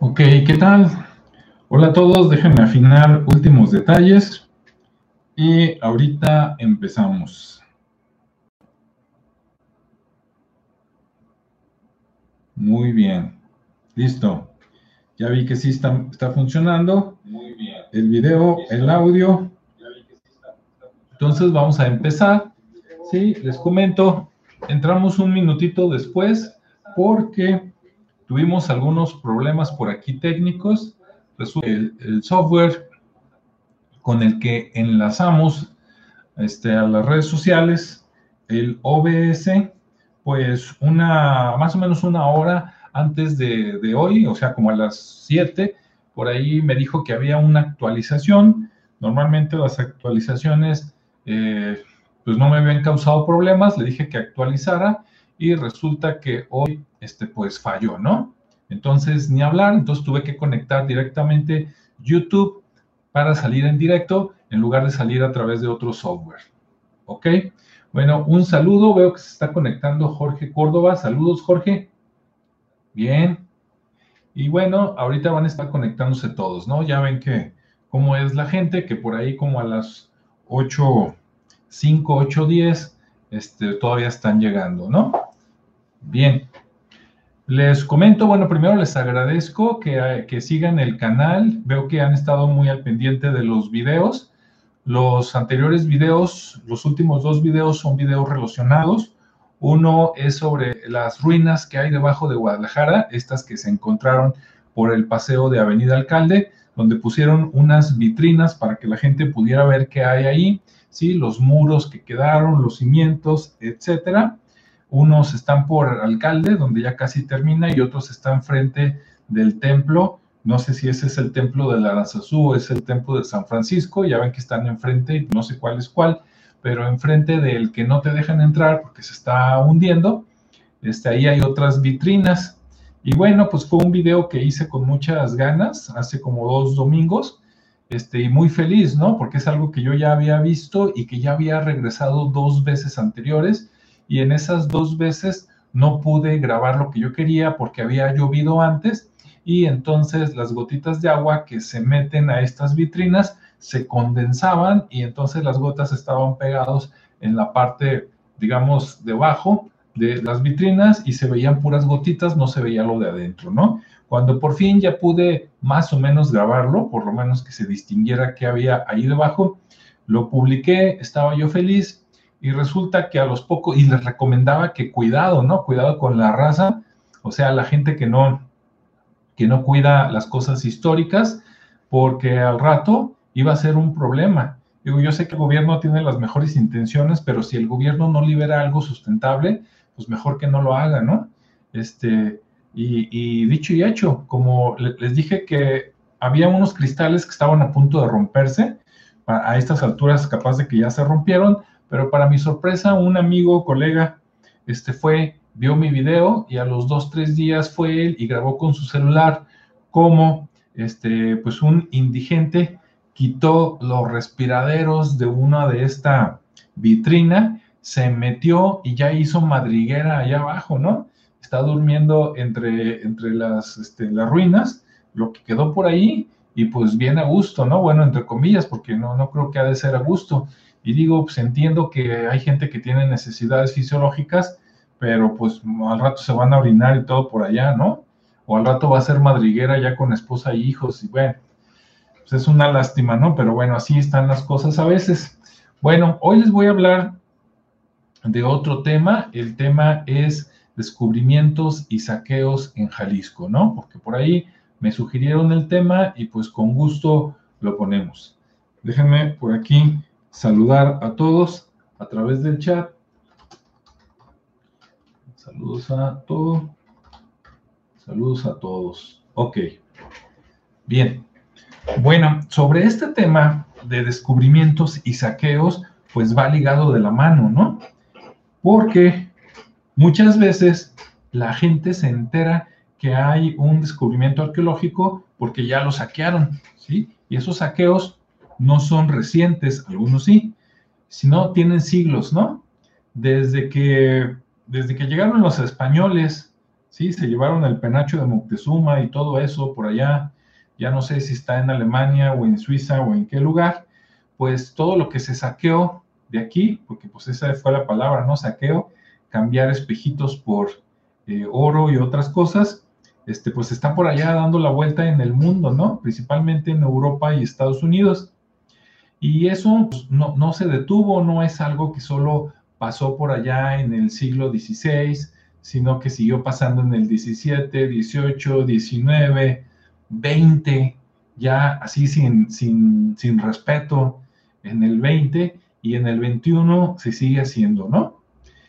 Ok, ¿qué tal? Hola a todos, déjenme afinar últimos detalles y ahorita empezamos. Muy bien, listo. Ya vi que sí está funcionando. Muy bien. El video, el audio. Entonces vamos a empezar. Sí, les comento, entramos un minutito después porque tuvimos algunos problemas por aquí técnicos. Resulta que el software con el que enlazamos a las redes sociales, el OBS, pues más o menos una hora antes de hoy, o sea, como a las 7, por ahí me dijo que había una actualización. Normalmente las actualizaciones, pues no me habían causado problemas, le dije que actualizara y resulta que hoy, pues falló, ¿no? Entonces, ni hablar, entonces tuve que conectar directamente YouTube para salir en directo en lugar de salir a través de otro software. ¿Ok? Bueno, un saludo. Veo que se está conectando Jorge Córdoba. Saludos, Jorge. Bien. Y bueno, ahorita van a estar conectándose todos, ¿no? Ya ven que cómo es la gente, que por ahí como a las 8:05, 8:10, todavía están llegando, ¿no? Bien. Les comento, bueno, primero les agradezco que sigan el canal. Veo que han estado muy al pendiente de los videos. Los anteriores videos, los últimos dos videos son videos relacionados. Uno es sobre las ruinas que hay debajo de Guadalajara, estas que se encontraron por el paseo de Avenida Alcalde, donde pusieron unas vitrinas para que la gente pudiera ver qué hay ahí, ¿sí? Los muros que quedaron, los cimientos, etcétera. Unos están por Alcalde, donde ya casi termina, y otros están frente del templo. No sé si ese es el templo de Aranzazú o es el templo de San Francisco. Ya ven que están enfrente, y no sé cuál es cuál, pero enfrente del que no te dejan entrar porque se está hundiendo, ahí hay otras vitrinas. Y bueno, pues fue un video que hice con muchas ganas, hace como 2 domingos, y muy feliz, ¿no? Porque es algo que yo ya había visto y que ya había regresado 2 veces anteriores, y en esas 2 veces no pude grabar lo que yo quería porque había llovido antes, y entonces las gotitas de agua que se meten a estas vitrinas se condensaban y entonces las gotas estaban pegadas en la parte, digamos, debajo de las vitrinas y se veían puras gotitas, no se veía lo de adentro, ¿no? Cuando por fin ya pude más o menos grabarlo, por lo menos que se distinguiera qué había ahí debajo, lo publiqué, estaba yo feliz y resulta que a los pocos, y les recomendaba que cuidado, ¿no? Cuidado con la raza, o sea, la gente que no cuida las cosas históricas, porque al rato iba a ser un problema. Digo, yo sé que el gobierno tiene las mejores intenciones, pero si el gobierno no libera algo sustentable, pues mejor que no lo haga, ¿no? Y dicho y hecho, como les dije que había unos cristales que estaban a punto de romperse, a estas alturas capaz de que ya se rompieron, pero para mi sorpresa, un amigo, colega, vio mi video y a los 2, 3 días fue él y grabó con su celular cómo, pues un indigente quitó los respiraderos de una de esta vitrina, se metió y ya hizo madriguera allá abajo, ¿no? Está durmiendo entre las ruinas, lo que quedó por ahí, y pues bien a gusto, ¿no? Bueno, entre comillas, porque no creo que ha de ser a gusto. Y digo, pues entiendo que hay gente que tiene necesidades fisiológicas, pero pues al rato se van a orinar y todo por allá, ¿no? O al rato va a ser madriguera ya con esposa e hijos, y bueno, pues es una lástima, ¿no? Pero bueno, así están las cosas a veces. Bueno, hoy les voy a hablar de otro tema. El tema es descubrimientos y saqueos en Jalisco, ¿no? Porque por ahí me sugirieron el tema y pues con gusto lo ponemos. Déjenme por aquí saludar a todos a través del chat. Saludos a todos. Saludos a todos. Ok. Bien. Bueno, sobre este tema de descubrimientos y saqueos, pues va ligado de la mano, ¿no? Porque muchas veces la gente se entera que hay un descubrimiento arqueológico porque ya lo saquearon, ¿sí? Y esos saqueos no son recientes, algunos sí, sino tienen siglos, ¿no? Desde que llegaron los españoles Sí, se llevaron el penacho de Moctezuma y todo eso por allá. Ya no sé si está en Alemania o en Suiza o en qué lugar. Pues todo lo que se saqueó de aquí, porque pues esa fue la palabra, ¿no? Saqueo, cambiar espejitos por oro y otras cosas, pues está por allá dando la vuelta en el mundo, ¿no? Principalmente en Europa y Estados Unidos. Y eso pues, no se detuvo, no es algo que solo pasó por allá en el siglo XVI, sino que siguió pasando en el XVII, XVIII, XIX, XX, ya así sin respeto en el XX, y en el XXI se sigue haciendo, ¿no?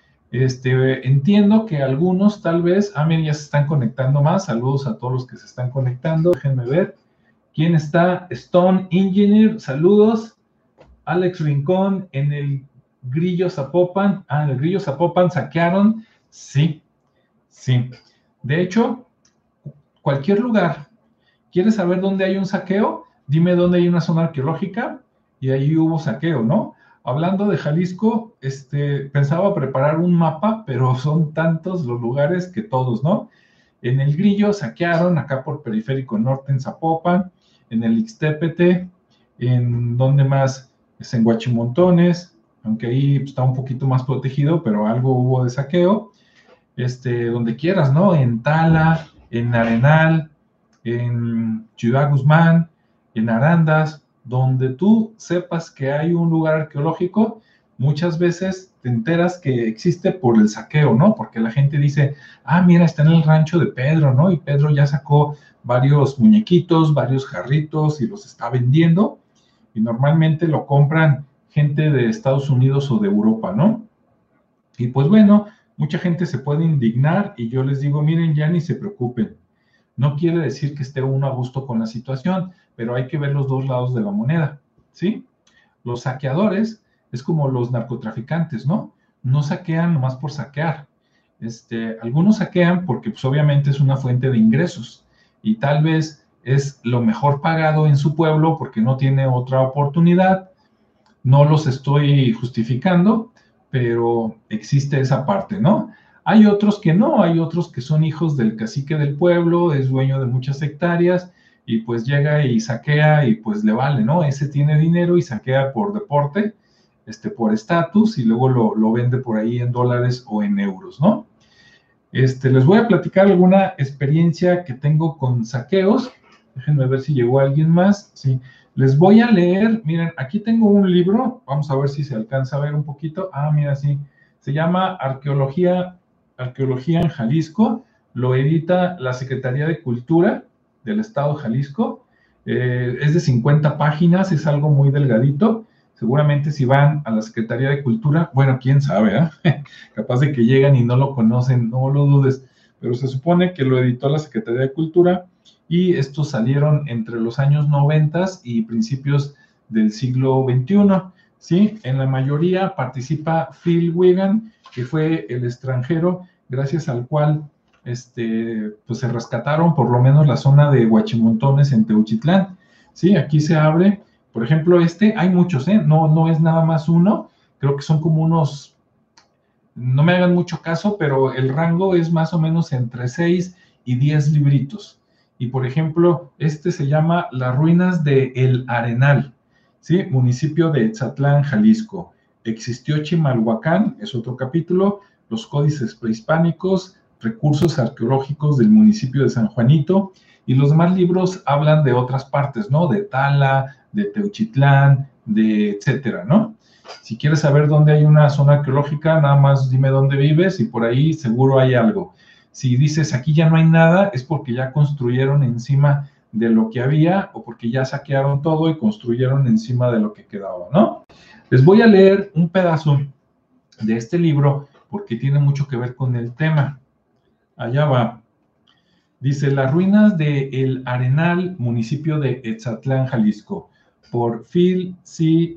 Entiendo que algunos tal vez, mira, ya se están conectando más, saludos a todos los que se están conectando, déjenme ver, ¿quién está? Stone Engineer, saludos. Alex Rincón, en el Grillo Zapopan. En el Grillo Zapopan saquearon. Sí, sí. De hecho, cualquier lugar. ¿Quieres saber dónde hay un saqueo? Dime dónde hay una zona arqueológica y ahí hubo saqueo, ¿no? Hablando de Jalisco, pensaba preparar un mapa, pero son tantos los lugares que todos, ¿no? En el Grillo saquearon, acá por Periférico Norte en Zapopan, en el Ixtépete, en donde más es en Huachimontones, aunque ahí está un poquito más protegido, pero algo hubo de saqueo, donde quieras, ¿no? En Tala, en Arenal, en Ciudad Guzmán, en Arandas, donde tú sepas que hay un lugar arqueológico, muchas veces te enteras que existe por el saqueo, ¿no? Porque la gente dice, mira, está en el rancho de Pedro, ¿no? Y Pedro ya sacó varios muñequitos, varios jarritos y los está vendiendo, y normalmente lo compran gente de Estados Unidos o de Europa, ¿no? Y pues bueno, mucha gente se puede indignar y yo les digo, miren, ya ni se preocupen. No quiere decir que esté uno a gusto con la situación, pero hay que ver los dos lados de la moneda, ¿sí? Los saqueadores es como los narcotraficantes, ¿no? No saquean nomás por saquear. Algunos saquean porque pues obviamente es una fuente de ingresos y tal vez es lo mejor pagado en su pueblo porque no tiene otra oportunidad. No los estoy justificando, pero existe esa parte, ¿no? Hay otros que no, hay otros que son hijos del cacique del pueblo, es dueño de muchas hectáreas y pues llega y saquea y pues le vale, ¿no? Ese tiene dinero y saquea por deporte, por estatus y luego lo vende por ahí en dólares o en euros, ¿no? Les voy a platicar alguna experiencia que tengo con saqueos. Déjenme ver si llegó alguien más. Sí. Les voy a leer, miren, aquí tengo un libro, vamos a ver si se alcanza a ver un poquito. Mira, sí, se llama Arqueología en Jalisco, lo edita la Secretaría de Cultura del Estado de Jalisco, es de 50 páginas, es algo muy delgadito, seguramente si van a la Secretaría de Cultura, bueno, quién sabe, capaz de que llegan y no lo conocen, no lo dudes, pero se supone que lo editó la Secretaría de Cultura, y estos salieron entre los años 90 y principios del siglo XXI, ¿sí? En la mayoría participa Phil Wigan, que fue el extranjero gracias al cual pues se rescataron por lo menos la zona de Huachimontones en Teuchitlán, ¿sí? Aquí se abre, por ejemplo, hay muchos, no es nada más uno, creo que son como unos, no me hagan mucho caso, pero el rango es más o menos entre 6 y 10 libritos. Y por ejemplo, se llama Las ruinas de El Arenal, ¿sí? Municipio de Etzatlán, Jalisco. Existió Chimalhuacán, es otro capítulo, los códices prehispánicos, recursos arqueológicos del municipio de San Juanito, y los demás libros hablan de otras partes, ¿no? De Tala, de Teuchitlán, de etcétera, ¿no? Si quieres saber dónde hay una zona arqueológica, nada más dime dónde vives y por ahí seguro hay algo. Si dices aquí ya no hay nada, es porque ya construyeron encima de lo que había o porque ya saquearon todo y construyeron encima de lo que quedaba, ¿no? Les voy a leer un pedazo de este libro porque tiene mucho que ver con el tema. Allá va. Dice, Las ruinas de El Arenal, municipio de Etzatlán, Jalisco, por Phil C.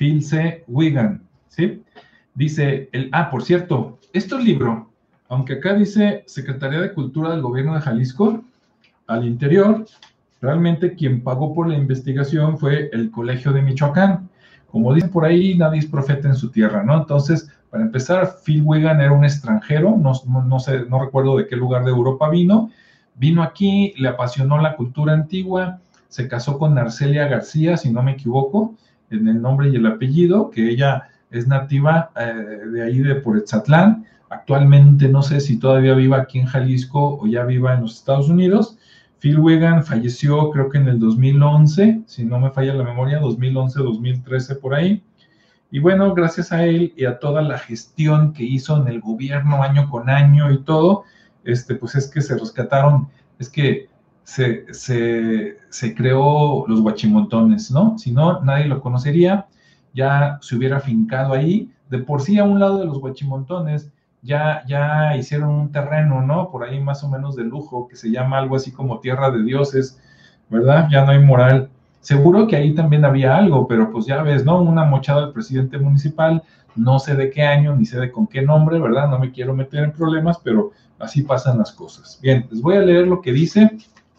Wigan, ¿sí? Dice, por cierto, este libro, aunque acá dice Secretaría de Cultura del Gobierno de Jalisco, al interior, realmente quien pagó por la investigación fue el Colegio de Michoacán. Como dice por ahí, nadie es profeta en su tierra, ¿no? Entonces, Para empezar, Phil Wiggan era un extranjero, no sé, no recuerdo de qué lugar de Europa vino aquí, le apasionó la cultura antigua, se casó con Arcelia García, si no me equivoco, en el nombre y el apellido, que ella es nativa de ahí de Poretzatlán. Actualmente no sé si todavía viva aquí en Jalisco o ya viva en los Estados Unidos. Phil Wiggan falleció creo que en el 2011, si no me falla la memoria, 2011, 2013 por ahí. Y bueno, gracias a él y a toda la gestión que hizo en el gobierno año con año y todo, pues es que se rescataron, es que se creó los Huachimontones, ¿no? Si no, nadie lo conocería, ya se hubiera afincado ahí. De por sí, a un lado de los Huachimontones, ya hicieron un terreno, ¿no? Por ahí más o menos de lujo, que se llama algo así como Tierra de Dioses, ¿verdad? Ya no hay moral. Seguro que ahí también había algo, pero pues ya ves, ¿no? Una mochada del presidente municipal, no sé de qué año, ni sé de con qué nombre, ¿verdad? No me quiero meter en problemas, pero así pasan las cosas. Bien, les voy a leer lo que dice.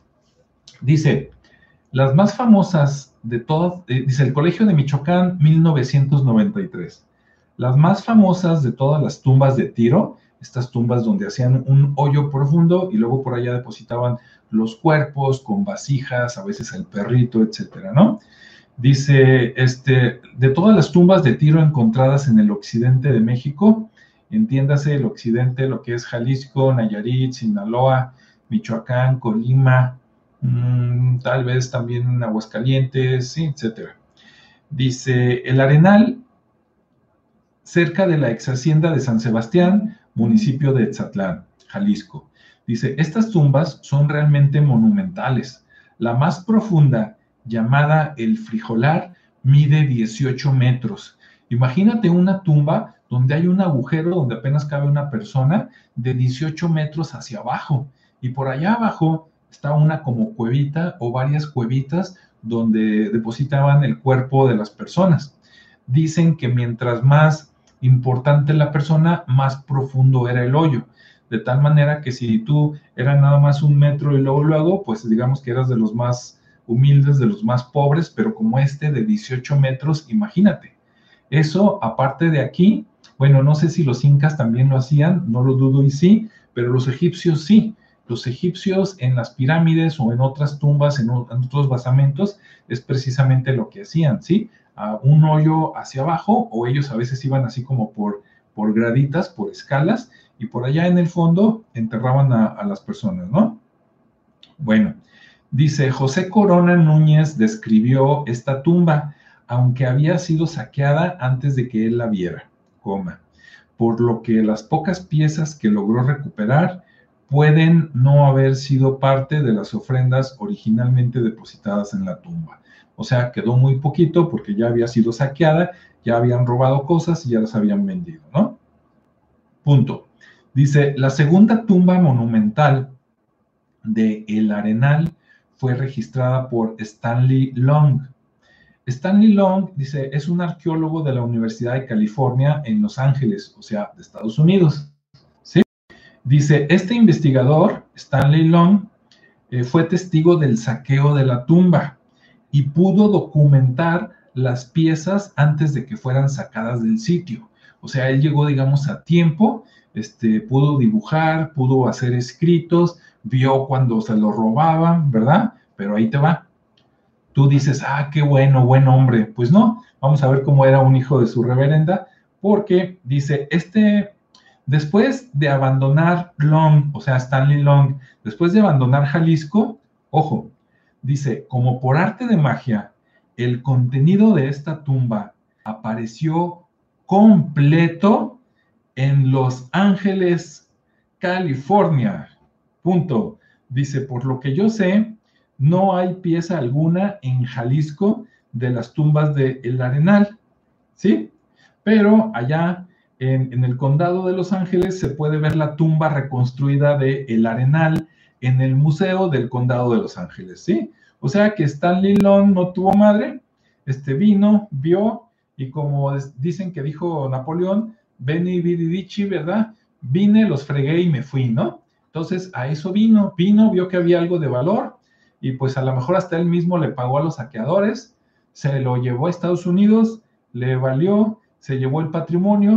Dice, las más famosas de todas, dice el Colegio de Michoacán, 1993. Las más famosas de todas las tumbas de Tiro, estas tumbas donde hacían un hoyo profundo y luego por allá depositaban los cuerpos con vasijas, a veces el perrito, etcétera, ¿no? Dice, de todas las tumbas de Tiro encontradas en el occidente de México, entiéndase el occidente, lo que es Jalisco, Nayarit, Sinaloa, Michoacán, Colima, tal vez también Aguascalientes, sí, etcétera. Dice, el Arenal, cerca de la ex hacienda de San Sebastián, municipio de Etzatlán, Jalisco. Dice, estas tumbas son realmente monumentales. La más profunda, llamada el Frijolar, mide 18 metros. Imagínate una tumba donde hay un agujero donde apenas cabe una persona de 18 metros hacia abajo. Y por allá abajo está una como cuevita o varias cuevitas donde depositaban el cuerpo de las personas. Dicen que mientras más importante la persona, más profundo era el hoyo. De tal manera que si tú eras nada más 1 metro y luego, pues digamos que eras de los más humildes, de los más pobres, pero como de 18 metros, imagínate. Eso, aparte de aquí, bueno, no sé si los incas también lo hacían, no lo dudo y sí, pero los egipcios sí. Los egipcios en las pirámides o en otras tumbas, en otros basamentos, es precisamente lo que hacían, ¿sí? A un hoyo hacia abajo, o ellos a veces iban así como por graditas, por escalas, y por allá en el fondo enterraban a las personas, ¿no? Bueno, dice, José Corona Núñez describió esta tumba, aunque había sido saqueada antes de que él la viera, coma, por lo que las pocas piezas que logró recuperar pueden no haber sido parte de las ofrendas originalmente depositadas en la tumba. O sea, quedó muy poquito porque ya había sido saqueada, ya habían robado cosas y ya las habían vendido, ¿no? Punto. Dice, la segunda tumba monumental de El Arenal fue registrada por Stanley Long. Stanley Long, dice, es un arqueólogo de la Universidad de California en Los Ángeles, o sea, de Estados Unidos. ¿Sí? Dice, este investigador, Stanley Long, fue testigo del saqueo de la tumba y pudo documentar las piezas antes de que fueran sacadas del sitio. O sea, él llegó, digamos, a tiempo, pudo dibujar, pudo hacer escritos, vio cuando se lo robaban, ¿verdad? Pero ahí te va. Tú dices, ah, qué bueno, buen hombre. Pues no, vamos a ver cómo era un hijo de su reverenda, porque dice, después de abandonar Long, o sea, Stanley Long, después de abandonar Jalisco, ojo, dice, como por arte de magia, el contenido de esta tumba apareció completo en Los Ángeles, California. Punto. Dice, por lo que yo sé, no hay pieza alguna en Jalisco de las tumbas de El Arenal, ¿sí? Pero allá en el condado de Los Ángeles se puede ver la tumba reconstruida de El Arenal en el museo del condado de Los Ángeles, ¿sí? O sea que Stanley Long no tuvo madre, vino, vio, y como dicen que dijo Napoleón, veni vidi vici, ¿verdad? Vine, los fregué y me fui, ¿no? Entonces a eso vino, vio que había algo de valor, y pues a lo mejor hasta él mismo le pagó a los saqueadores, se lo llevó a Estados Unidos, le valió, se llevó el patrimonio,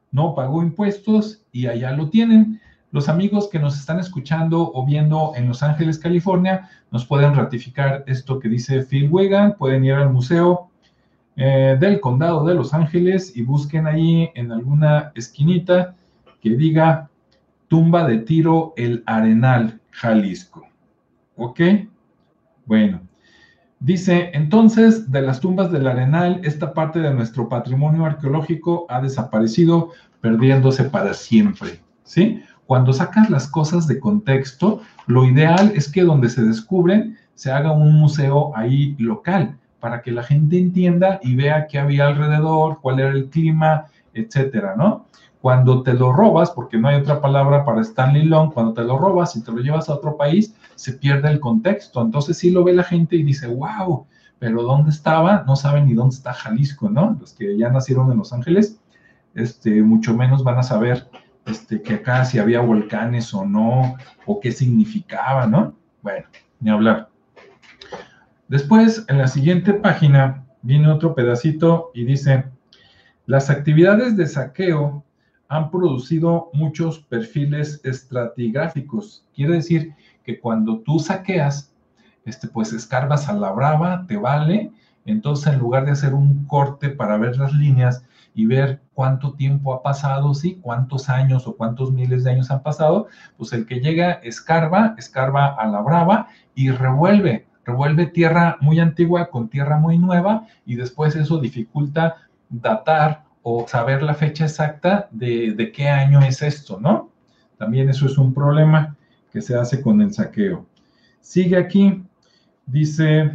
no pagó impuestos y allá lo tienen. Los amigos que nos están escuchando o viendo en Los Ángeles, California, nos pueden ratificar esto que dice Phil Wegan. Pueden ir al museo del condado de Los Ángeles y busquen ahí en alguna esquinita que diga Tumba de Tiro El Arenal, Jalisco. ¿Ok? Bueno. Dice, entonces, de las tumbas del Arenal, esta parte de nuestro patrimonio arqueológico ha desaparecido, perdiéndose para siempre, ¿sí? Cuando sacas las cosas de contexto, lo ideal es que donde se descubren se haga un museo ahí local, para que la gente entienda y vea qué había alrededor, cuál era el clima, etcétera, ¿no? Cuando te lo robas, porque no hay otra palabra para Stanley Long, cuando te lo robas y te lo llevas a otro país, se pierde el contexto. Entonces sí lo ve la gente y dice, wow, pero ¿dónde estaba? No saben ni dónde está Jalisco, ¿no? Los que ya nacieron en Los Ángeles, mucho menos van a saber que acá si había volcanes o no, o qué significaba, ¿no? Bueno, ni hablar. Después, en la siguiente página, viene otro pedacito y dice, las actividades de saqueo han producido muchos perfiles estratigráficos. Quiere decir que cuando tú saqueas, pues escarbas a la brava, te vale. Entonces, en lugar de hacer un corte para ver las líneas y ver cuánto tiempo ha pasado, ¿sí? Cuántos años o cuántos miles de años han pasado, pues el que llega escarba a la brava y revuelve tierra muy antigua con tierra muy nueva y después eso dificulta datar o saber la fecha exacta de qué año es esto, ¿no? También eso es un problema que se hace con el saqueo. Sigue aquí, dice,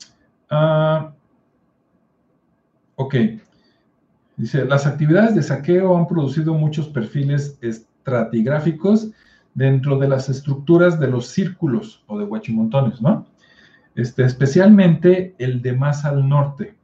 ok, dice, las actividades de saqueo han producido muchos perfiles estratigráficos dentro de las estructuras de los círculos o de huachimontones, ¿no? Especialmente el de más al norte,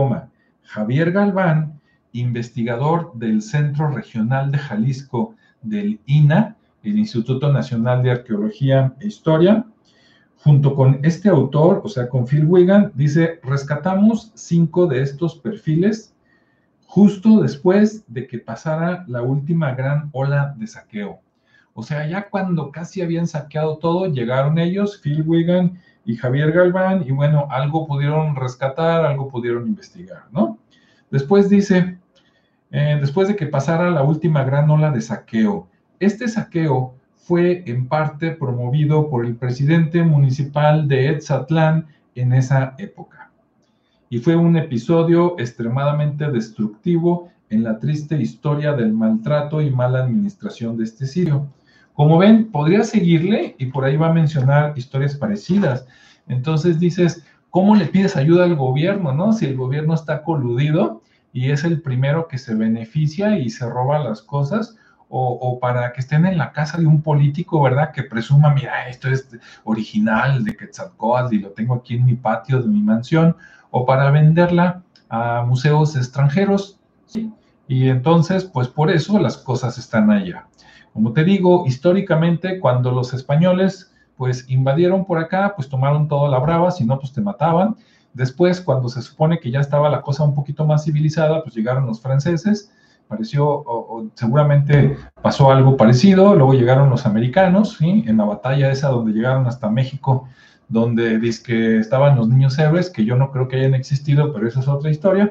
Javier Galván, investigador del Centro Regional de Jalisco del INA, el Instituto Nacional de Arqueología e Historia, junto con este autor, o sea, con Phil Wegan, dice, rescatamos 5 de estos perfiles justo después de que pasara la última gran ola de saqueo. O sea, ya cuando casi habían saqueado todo, llegaron ellos, Phil Wegan y Javier Galván, y bueno, algo pudieron rescatar, algo pudieron investigar, ¿no? Después dice, después de que pasara la última gran ola de saqueo, este saqueo fue en parte promovido por el presidente municipal de Etzatlán en esa época. Y fue un episodio extremadamente destructivo en la triste historia del maltrato y mala administración de este sitio. Como ven, podría seguirle y por ahí va a mencionar historias parecidas. Entonces dices, ¿cómo le pides ayuda al gobierno, no? Si el gobierno está coludido y es el primero que se beneficia y se roba las cosas, o para que estén en la casa de un político, ¿verdad? Que presuma, mira, esto es original de Quetzalcóatl y lo tengo aquí en mi patio de mi mansión, o para venderla a museos extranjeros, ¿sí? Y entonces, pues por eso las cosas están allá. Como te digo, históricamente, cuando los españoles, pues invadieron por acá, pues tomaron todo a la brava, si no, pues te mataban. Después, cuando se supone que ya estaba la cosa un poquito más civilizada, pues llegaron los franceses, pareció, o seguramente pasó algo parecido, luego llegaron los americanos, ¿sí? En la batalla esa donde llegaron hasta México, donde dice que estaban los niños héroes, que yo no creo que hayan existido, pero esa es otra historia,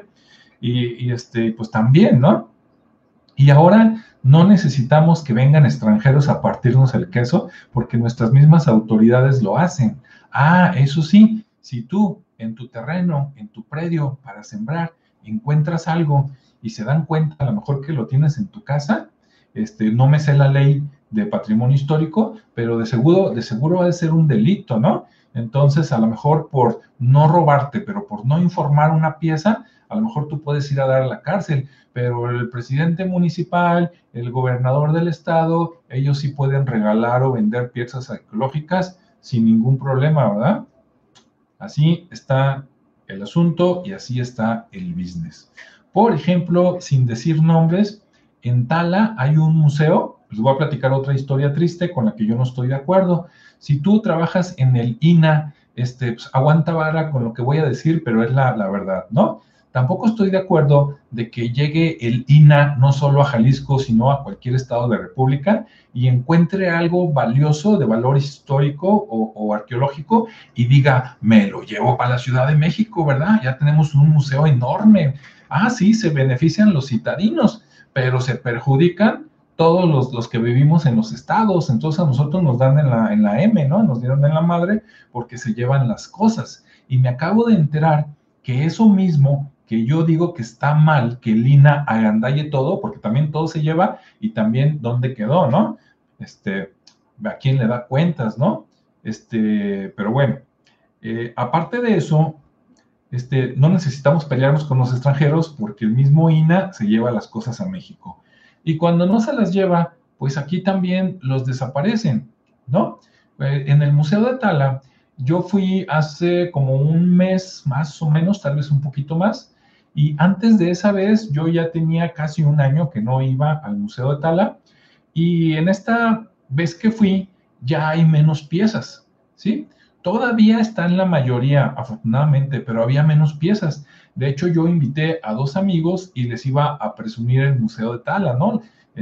y pues también, ¿no? Y ahora no necesitamos que vengan extranjeros a partirnos el queso, porque nuestras mismas autoridades lo hacen. Eso sí, si tú en tu terreno, en tu predio para sembrar, encuentras algo y se dan cuenta a lo mejor que lo tienes en tu casa, no me sé la ley de patrimonio histórico, pero de seguro va a ser un delito, ¿no? Entonces, a lo mejor por no robarte, pero por no informar una pieza, a lo mejor tú puedes ir a dar a la cárcel, pero el presidente municipal, el gobernador del estado, ellos sí pueden regalar o vender piezas arqueológicas sin ningún problema, ¿verdad? Así está el asunto y así está el business. Por ejemplo, sin decir nombres, en Tala hay un museo, les voy a platicar otra historia triste con la que yo no estoy de acuerdo. Si tú trabajas en el INA, pues aguanta vara con lo que voy a decir, pero es la verdad, ¿no? tampoco estoy de acuerdo de que llegue el INAH no solo a Jalisco, sino a cualquier estado de la República y encuentre algo valioso, de valor histórico o arqueológico y diga, me lo llevo para la Ciudad de México, ¿verdad? Ya tenemos un museo enorme. Ah, sí, se benefician los citadinos, pero se perjudican todos los que vivimos en los estados. Entonces a nosotros nos dan en la M, ¿no? Nos dieron en la madre porque se llevan las cosas. Y me acabo de enterar que eso mismo que yo digo que está mal, que el INAH agandalle todo, porque también todo se lleva, y también dónde quedó, ¿no? A quién le da cuentas, ¿no? Pero bueno, aparte de eso, no necesitamos pelearnos con los extranjeros porque el mismo INAH se lleva las cosas a México. Y cuando no se las lleva, pues aquí también los desaparecen, ¿no? En el Museo de Tala, yo fui hace como un mes más o menos, tal vez un poquito más, y antes de esa vez yo ya tenía casi un año que no iba al Museo de Tala, y en esta vez que fui ya hay menos piezas, ¿sí? Todavía están la mayoría, afortunadamente, pero había menos piezas. De hecho, yo invité a 2 amigos y les iba a presumir el Museo de Tala, ¿no?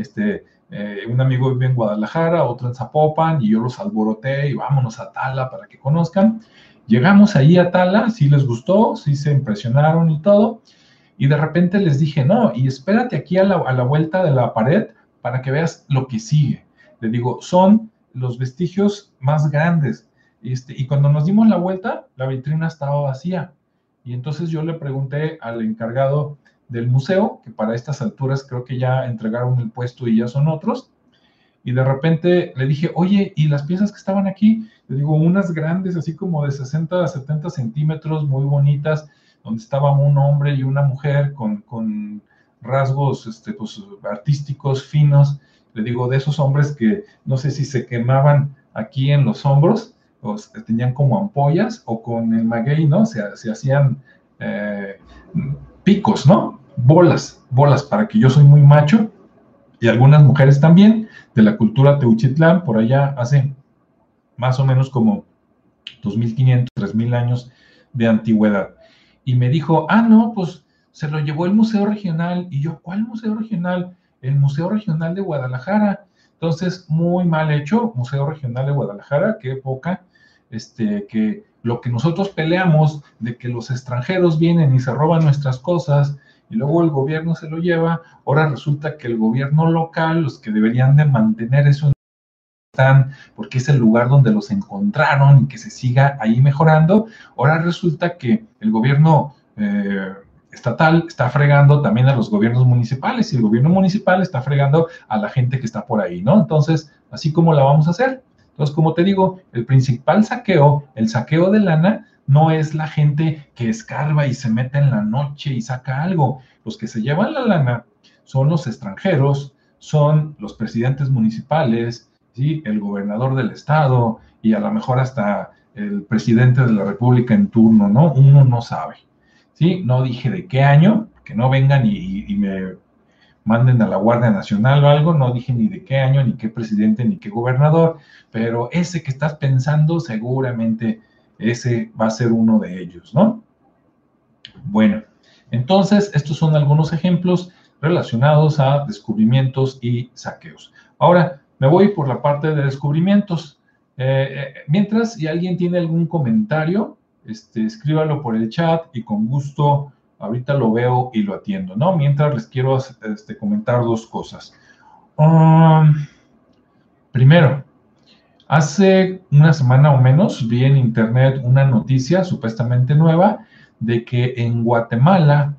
Un amigo vive en Guadalajara, otro en Zapopan, y yo los alboroté y vámonos a Tala para que conozcan. Llegamos ahí a Tala, sí les gustó, sí se impresionaron y todo, y de repente les dije, no, y espérate aquí a la vuelta de la pared para que veas lo que sigue. Le digo, son los vestigios más grandes. Y cuando nos dimos la vuelta, la vitrina estaba vacía. Y entonces yo le pregunté al encargado del museo, que para estas alturas creo que ya entregaron el puesto y ya son otros, y de repente le dije, oye, ¿y las piezas que estaban aquí? Le digo, unas grandes, así como de 60 a 70 centímetros, muy bonitas, donde estaba un hombre y una mujer con rasgos pues, artísticos, finos. Le digo, de esos hombres que no sé si se quemaban aquí en los hombros, o tenían como ampollas, o con el maguey, ¿no? Se hacían picos, ¿no? Bolas, para que yo soy muy macho, y algunas mujeres también, de la cultura Teuchitlán, por allá hace más o menos como 2.500, 3.000 años de antigüedad. Y me dijo, no, pues se lo llevó el Museo Regional. Y yo, ¿cuál Museo Regional? El Museo Regional de Guadalajara. Entonces, muy mal hecho, Museo Regional de Guadalajara, qué época, que lo que nosotros peleamos de que los extranjeros vienen y se roban nuestras cosas, y luego el gobierno se lo lleva, ahora resulta que el gobierno local, los que deberían de mantener eso, están, porque es el lugar donde los encontraron y que se siga ahí mejorando. Ahora resulta que el gobierno estatal está fregando también a los gobiernos municipales y el gobierno municipal está fregando a la gente que está por ahí, ¿no? Entonces, ¿así cómo la vamos a hacer? Entonces, como te digo, el principal saqueo, el saqueo de lana, no es la gente que escarba y se mete en la noche y saca algo. Los que se llevan la lana son los extranjeros, son los presidentes municipales, ¿sí? El gobernador del estado y a lo mejor hasta el presidente de la república en turno, ¿no? Uno no sabe, ¿sí? No dije de qué año, que no vengan y me manden a la Guardia Nacional o algo, no dije ni de qué año, ni qué presidente, ni qué gobernador, pero ese que estás pensando seguramente ese va a ser uno de ellos, ¿no? Bueno, entonces estos son algunos ejemplos relacionados a descubrimientos y saqueos. Ahora, me voy por la parte de descubrimientos. Mientras, si alguien tiene algún comentario, escríbalo por el chat y con gusto ahorita lo veo y lo atiendo, ¿no? Mientras les quiero comentar 2 cosas. Primero, hace una semana o menos vi en internet una noticia supuestamente nueva de que en Guatemala,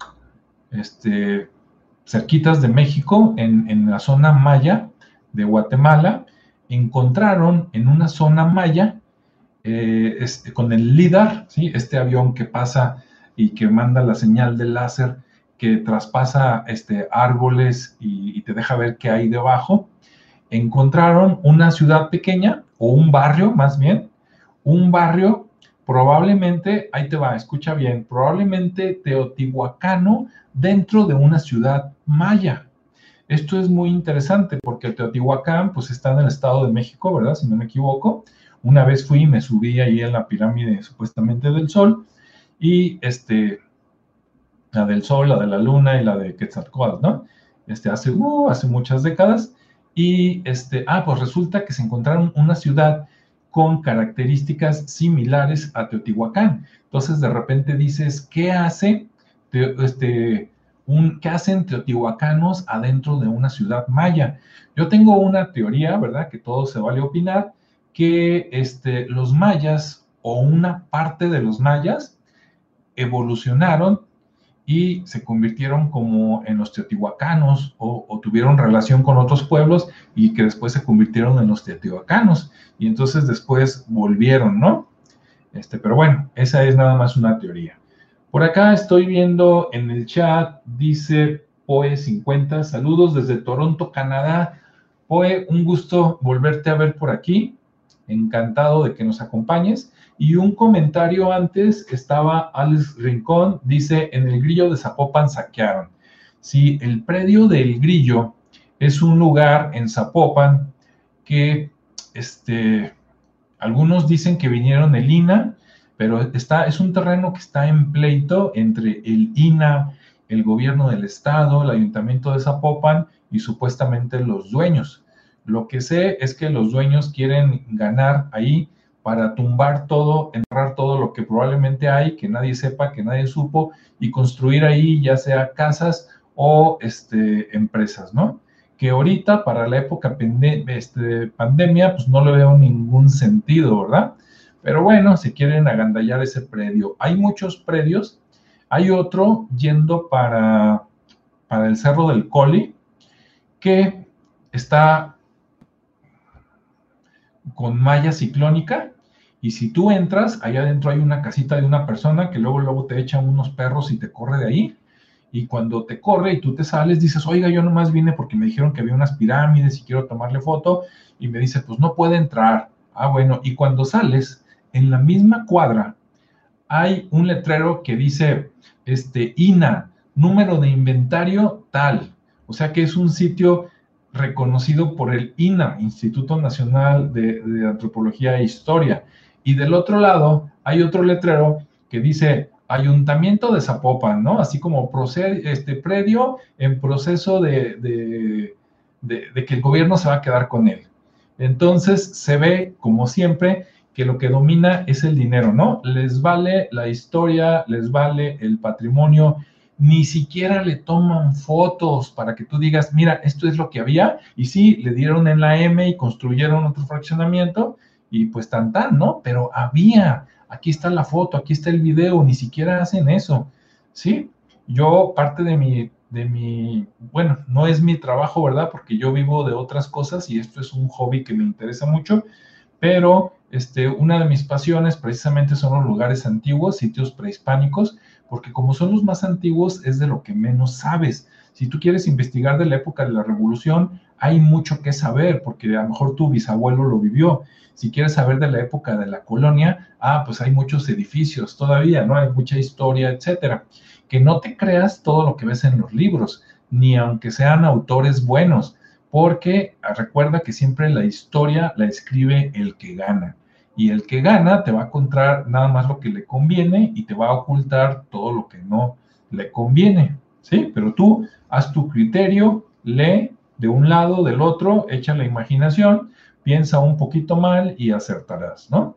cerquitas de México, en la zona maya de Guatemala, encontraron en una zona maya, con el LIDAR, ¿sí? Este avión que pasa y que manda la señal de láser que traspasa árboles y te deja ver qué hay debajo. Encontraron una ciudad pequeña, o un barrio más bien, un barrio probablemente, ahí te va, escucha bien, probablemente teotihuacano dentro de una ciudad maya. Esto es muy interesante porque Teotihuacán pues está en el Estado de México, ¿verdad? Si no me equivoco. Una vez fui y me subí ahí en la pirámide supuestamente del Sol y la del Sol, la de la Luna y la de Quetzalcóatl, ¿no? Hace muchas décadas. Y pues resulta que se encontraron una ciudad con características similares a Teotihuacán. Entonces, de repente dices, ¿qué hacen teotihuacanos adentro de una ciudad maya? Yo tengo una teoría, ¿verdad? Que todo se vale opinar, que los mayas o una parte de los mayas evolucionaron y se convirtieron como en los teotihuacanos o tuvieron relación con otros pueblos y que después se convirtieron en los teotihuacanos y entonces después volvieron, ¿no? Pero bueno, esa es nada más una teoría. Por acá estoy viendo en el chat, dice Poe50, saludos desde Toronto, Canadá. Poe, un gusto volverte a ver por aquí. Encantado de que nos acompañes. Y un comentario antes, estaba Alex Rincón, dice, en el Grillo de Zapopan saquearon. Sí, el predio del Grillo es un lugar en Zapopan que, algunos dicen que vinieron el INA, pero es un terreno que está en pleito entre el INA, el gobierno del estado, el ayuntamiento de Zapopan y supuestamente los dueños. Lo que sé es que los dueños quieren ganar ahí para tumbar todo, enterrar todo lo que probablemente hay, que nadie sepa, que nadie supo, y construir ahí ya sea casas o empresas, ¿no? Que ahorita para la época pandemia, pues no le veo ningún sentido, ¿verdad? Pero bueno, si quieren agandallar ese predio. Hay muchos predios. Hay otro yendo para el Cerro del Coli, que está con malla ciclónica, y si tú entras, allá adentro hay una casita de una persona que luego te echan unos perros y te corre de ahí, y cuando te corre y tú te sales, dices, oiga, yo nomás vine porque me dijeron que había unas pirámides y quiero tomarle foto, y me dice, pues no puede entrar. Ah, bueno, y cuando sales, en la misma cuadra, hay un letrero que dice, INA, número de inventario tal, o sea que es un sitio reconocido por el INA, Instituto Nacional de Antropología e Historia. Y del otro lado hay otro letrero que dice Ayuntamiento de Zapopan, ¿no? Así como predio en proceso de que el gobierno se va a quedar con él. Entonces se ve, como siempre, que lo que domina es el dinero, ¿no? Les vale la historia, les vale el patrimonio, ni siquiera le toman fotos para que tú digas, mira, esto es lo que había, y sí, le dieron en la M y construyeron otro fraccionamiento, y pues tan, ¿no? Pero había, aquí está la foto, aquí está el video, ni siquiera hacen eso, ¿sí? Yo, parte de mi, bueno, no es mi trabajo, ¿verdad? Porque yo vivo de otras cosas y esto es un hobby que me interesa mucho, pero una de mis pasiones precisamente son los lugares antiguos, sitios prehispánicos, porque como son los más antiguos es de lo que menos sabes. Si tú quieres investigar de la época de la Revolución, hay mucho que saber, porque a lo mejor tu bisabuelo lo vivió. Si quieres saber de la época de la colonia, pues hay muchos edificios todavía, ¿no? Hay mucha historia, etcétera. Que no te creas todo lo que ves en los libros, ni aunque sean autores buenos, porque recuerda que siempre la historia la escribe el que gana. Y el que gana te va a contar nada más lo que le conviene y te va a ocultar todo lo que no le conviene, ¿sí? Pero tú haz tu criterio, lee de un lado, del otro, echa la imaginación, piensa un poquito mal y acertarás, ¿no?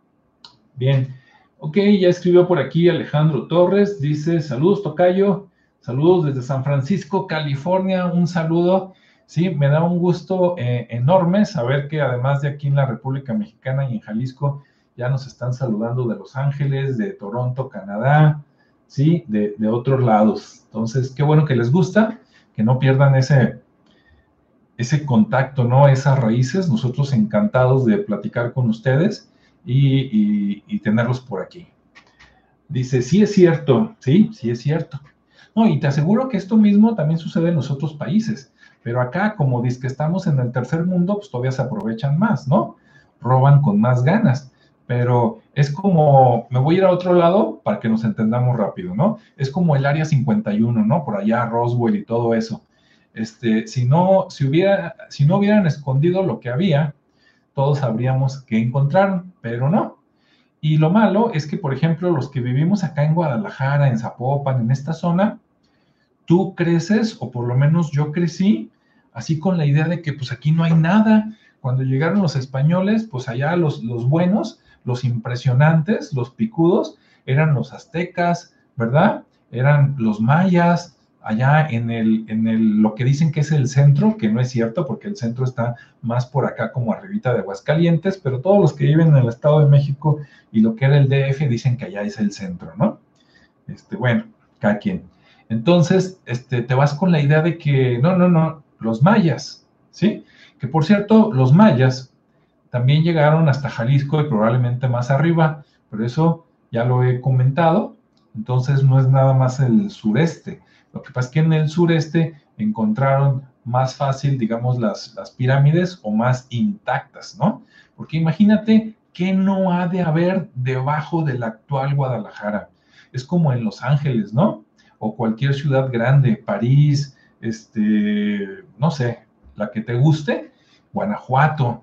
Bien, ok, ya escribió por aquí Alejandro Torres, dice, saludos tocayo, saludos desde San Francisco, California, un saludo. Sí, me da un gusto enorme saber que además de aquí en la República Mexicana y en Jalisco, ya nos están saludando de Los Ángeles, de Toronto, Canadá, sí, de otros lados. Entonces, qué bueno que les gusta, que no pierdan ese contacto, ¿no? Esas raíces. Nosotros encantados de platicar con ustedes y tenerlos por aquí. Dice, sí es cierto, sí es cierto. No, y te aseguro que esto mismo también sucede en los otros países. Pero acá, como dice que estamos en el tercer mundo, pues todavía se aprovechan más, ¿no? Roban con más ganas. Pero es como, me voy a ir a otro lado para que nos entendamos rápido, ¿no? Es como el Área 51, ¿no? Por allá, Roswell y todo eso. Si no hubieran escondido lo que había, todos sabríamos que encontraron, pero no. Y lo malo es que, por ejemplo, los que vivimos acá en Guadalajara, en Zapopan, en esta zona, tú creces, o por lo menos yo crecí, así con la idea de que pues aquí no hay nada. Cuando llegaron los españoles, pues allá los buenos, los impresionantes, los picudos, eran los aztecas, ¿verdad? Eran los mayas, allá lo que dicen que es el centro, que no es cierto, porque el centro está más por acá como arribita de Aguascalientes, pero todos los que viven en el Estado de México y lo que era el DF dicen que allá es el centro, ¿no? Bueno, cada quien. Entonces, te vas con la idea de que, no, los mayas, ¿sí? Que por cierto, los mayas también llegaron hasta Jalisco y probablemente más arriba, pero eso ya lo he comentado, entonces no es nada más el sureste. Lo que pasa es que en el sureste encontraron más fácil, digamos, las pirámides o más intactas, ¿no? Porque imagínate qué no ha de haber debajo del actual Guadalajara. Es como en Los Ángeles, ¿no? O cualquier ciudad grande, París, no sé, la que te guste, Guanajuato,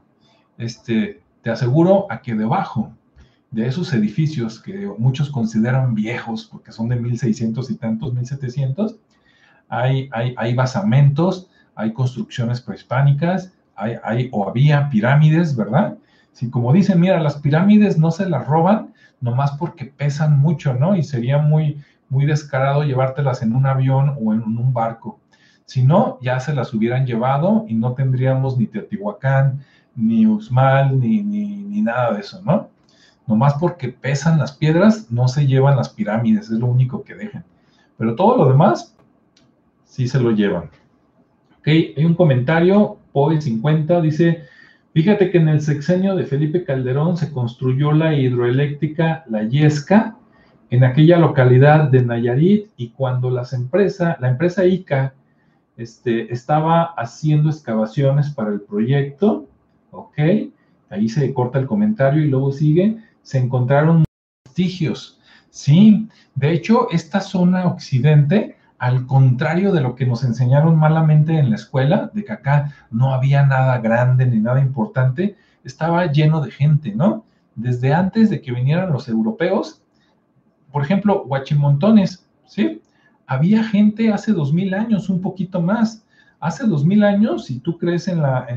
te aseguro a que debajo de esos edificios que muchos consideran viejos porque son de 1600 y tantos, 1700, hay basamentos, hay construcciones prehispánicas, o había pirámides, ¿verdad? Si como dicen, mira, las pirámides no se las roban nomás porque pesan mucho, ¿no? Y sería muy descarado llevártelas en un avión o en un barco. Si no, ya se las hubieran llevado y no tendríamos ni Teotihuacán, ni Uxmal, ni nada de eso, ¿no? Nomás porque pesan las piedras, no se llevan las pirámides, es lo único que dejan. Pero todo lo demás, sí se lo llevan. Ok, hay un comentario, POE50, dice, fíjate que en el sexenio de Felipe Calderón se construyó la hidroeléctrica La Yesca en aquella localidad de Nayarit y cuando la empresa ICA estaba haciendo excavaciones para el proyecto, ok, ahí se corta el comentario y luego sigue, se encontraron vestigios, sí, de hecho esta zona occidente, al contrario de lo que nos enseñaron malamente en la escuela, de que acá no había nada grande ni nada importante, estaba lleno de gente, ¿no? Desde antes de que vinieran los europeos, por ejemplo, Huachimontones, ¿sí? Había gente hace 2000 años, un poquito más. Hace 2000 años, si tú crees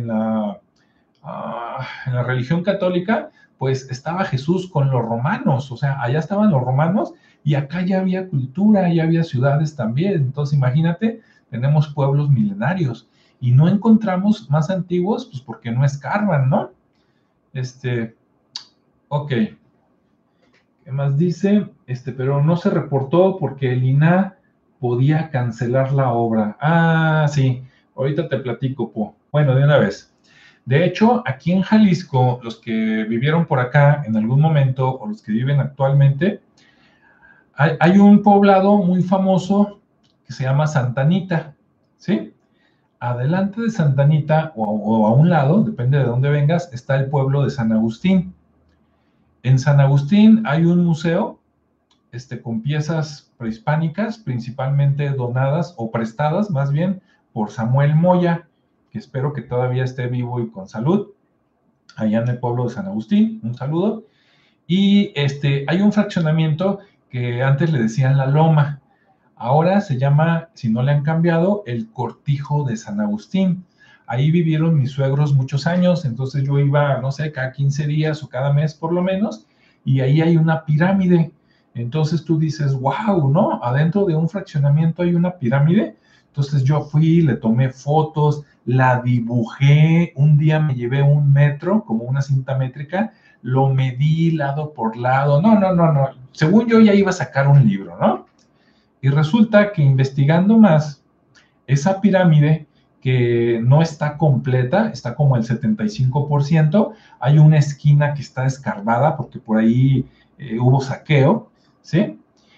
en la religión católica, pues estaba Jesús con los romanos, o sea, allá estaban los romanos y acá ya había cultura, ya había ciudades también. Entonces, imagínate, tenemos pueblos milenarios y no encontramos más antiguos, pues porque no escarban, ¿no? Ok. ¿Qué más dice? Pero no se reportó porque el INAH podía cancelar la obra. Ah, sí. Ahorita te platico, Po. Bueno, de una vez. De hecho, aquí en Jalisco, los que vivieron por acá en algún momento o los que viven actualmente, hay un poblado muy famoso que se llama Santa Anita, ¿sí? Adelante de Santa Anita o a un lado, depende de dónde vengas, está el pueblo de San Agustín. En San Agustín hay un museo con piezas prehispánicas, principalmente donadas o prestadas más bien por Samuel Moya, que espero que todavía esté vivo y con salud, allá en el pueblo de San Agustín, un saludo. Y hay un fraccionamiento que antes le decían La Loma, ahora se llama, si no le han cambiado, el Cortijo de San Agustín. Ahí vivieron mis suegros muchos años, entonces yo iba, no sé, cada 15 días o cada mes por lo menos, y ahí hay una pirámide. Entonces tú dices, wow, ¿no? Adentro de un fraccionamiento hay una pirámide. Entonces yo fui, le tomé fotos, la dibujé, un día me llevé un metro, como una cinta métrica, lo medí lado por lado. No. Según yo ya iba a sacar un libro, ¿no? Y resulta que investigando más, esa pirámide que no está completa, está como el 75%, hay una esquina que está escarbada porque por ahí hubo saqueo, ¿sí?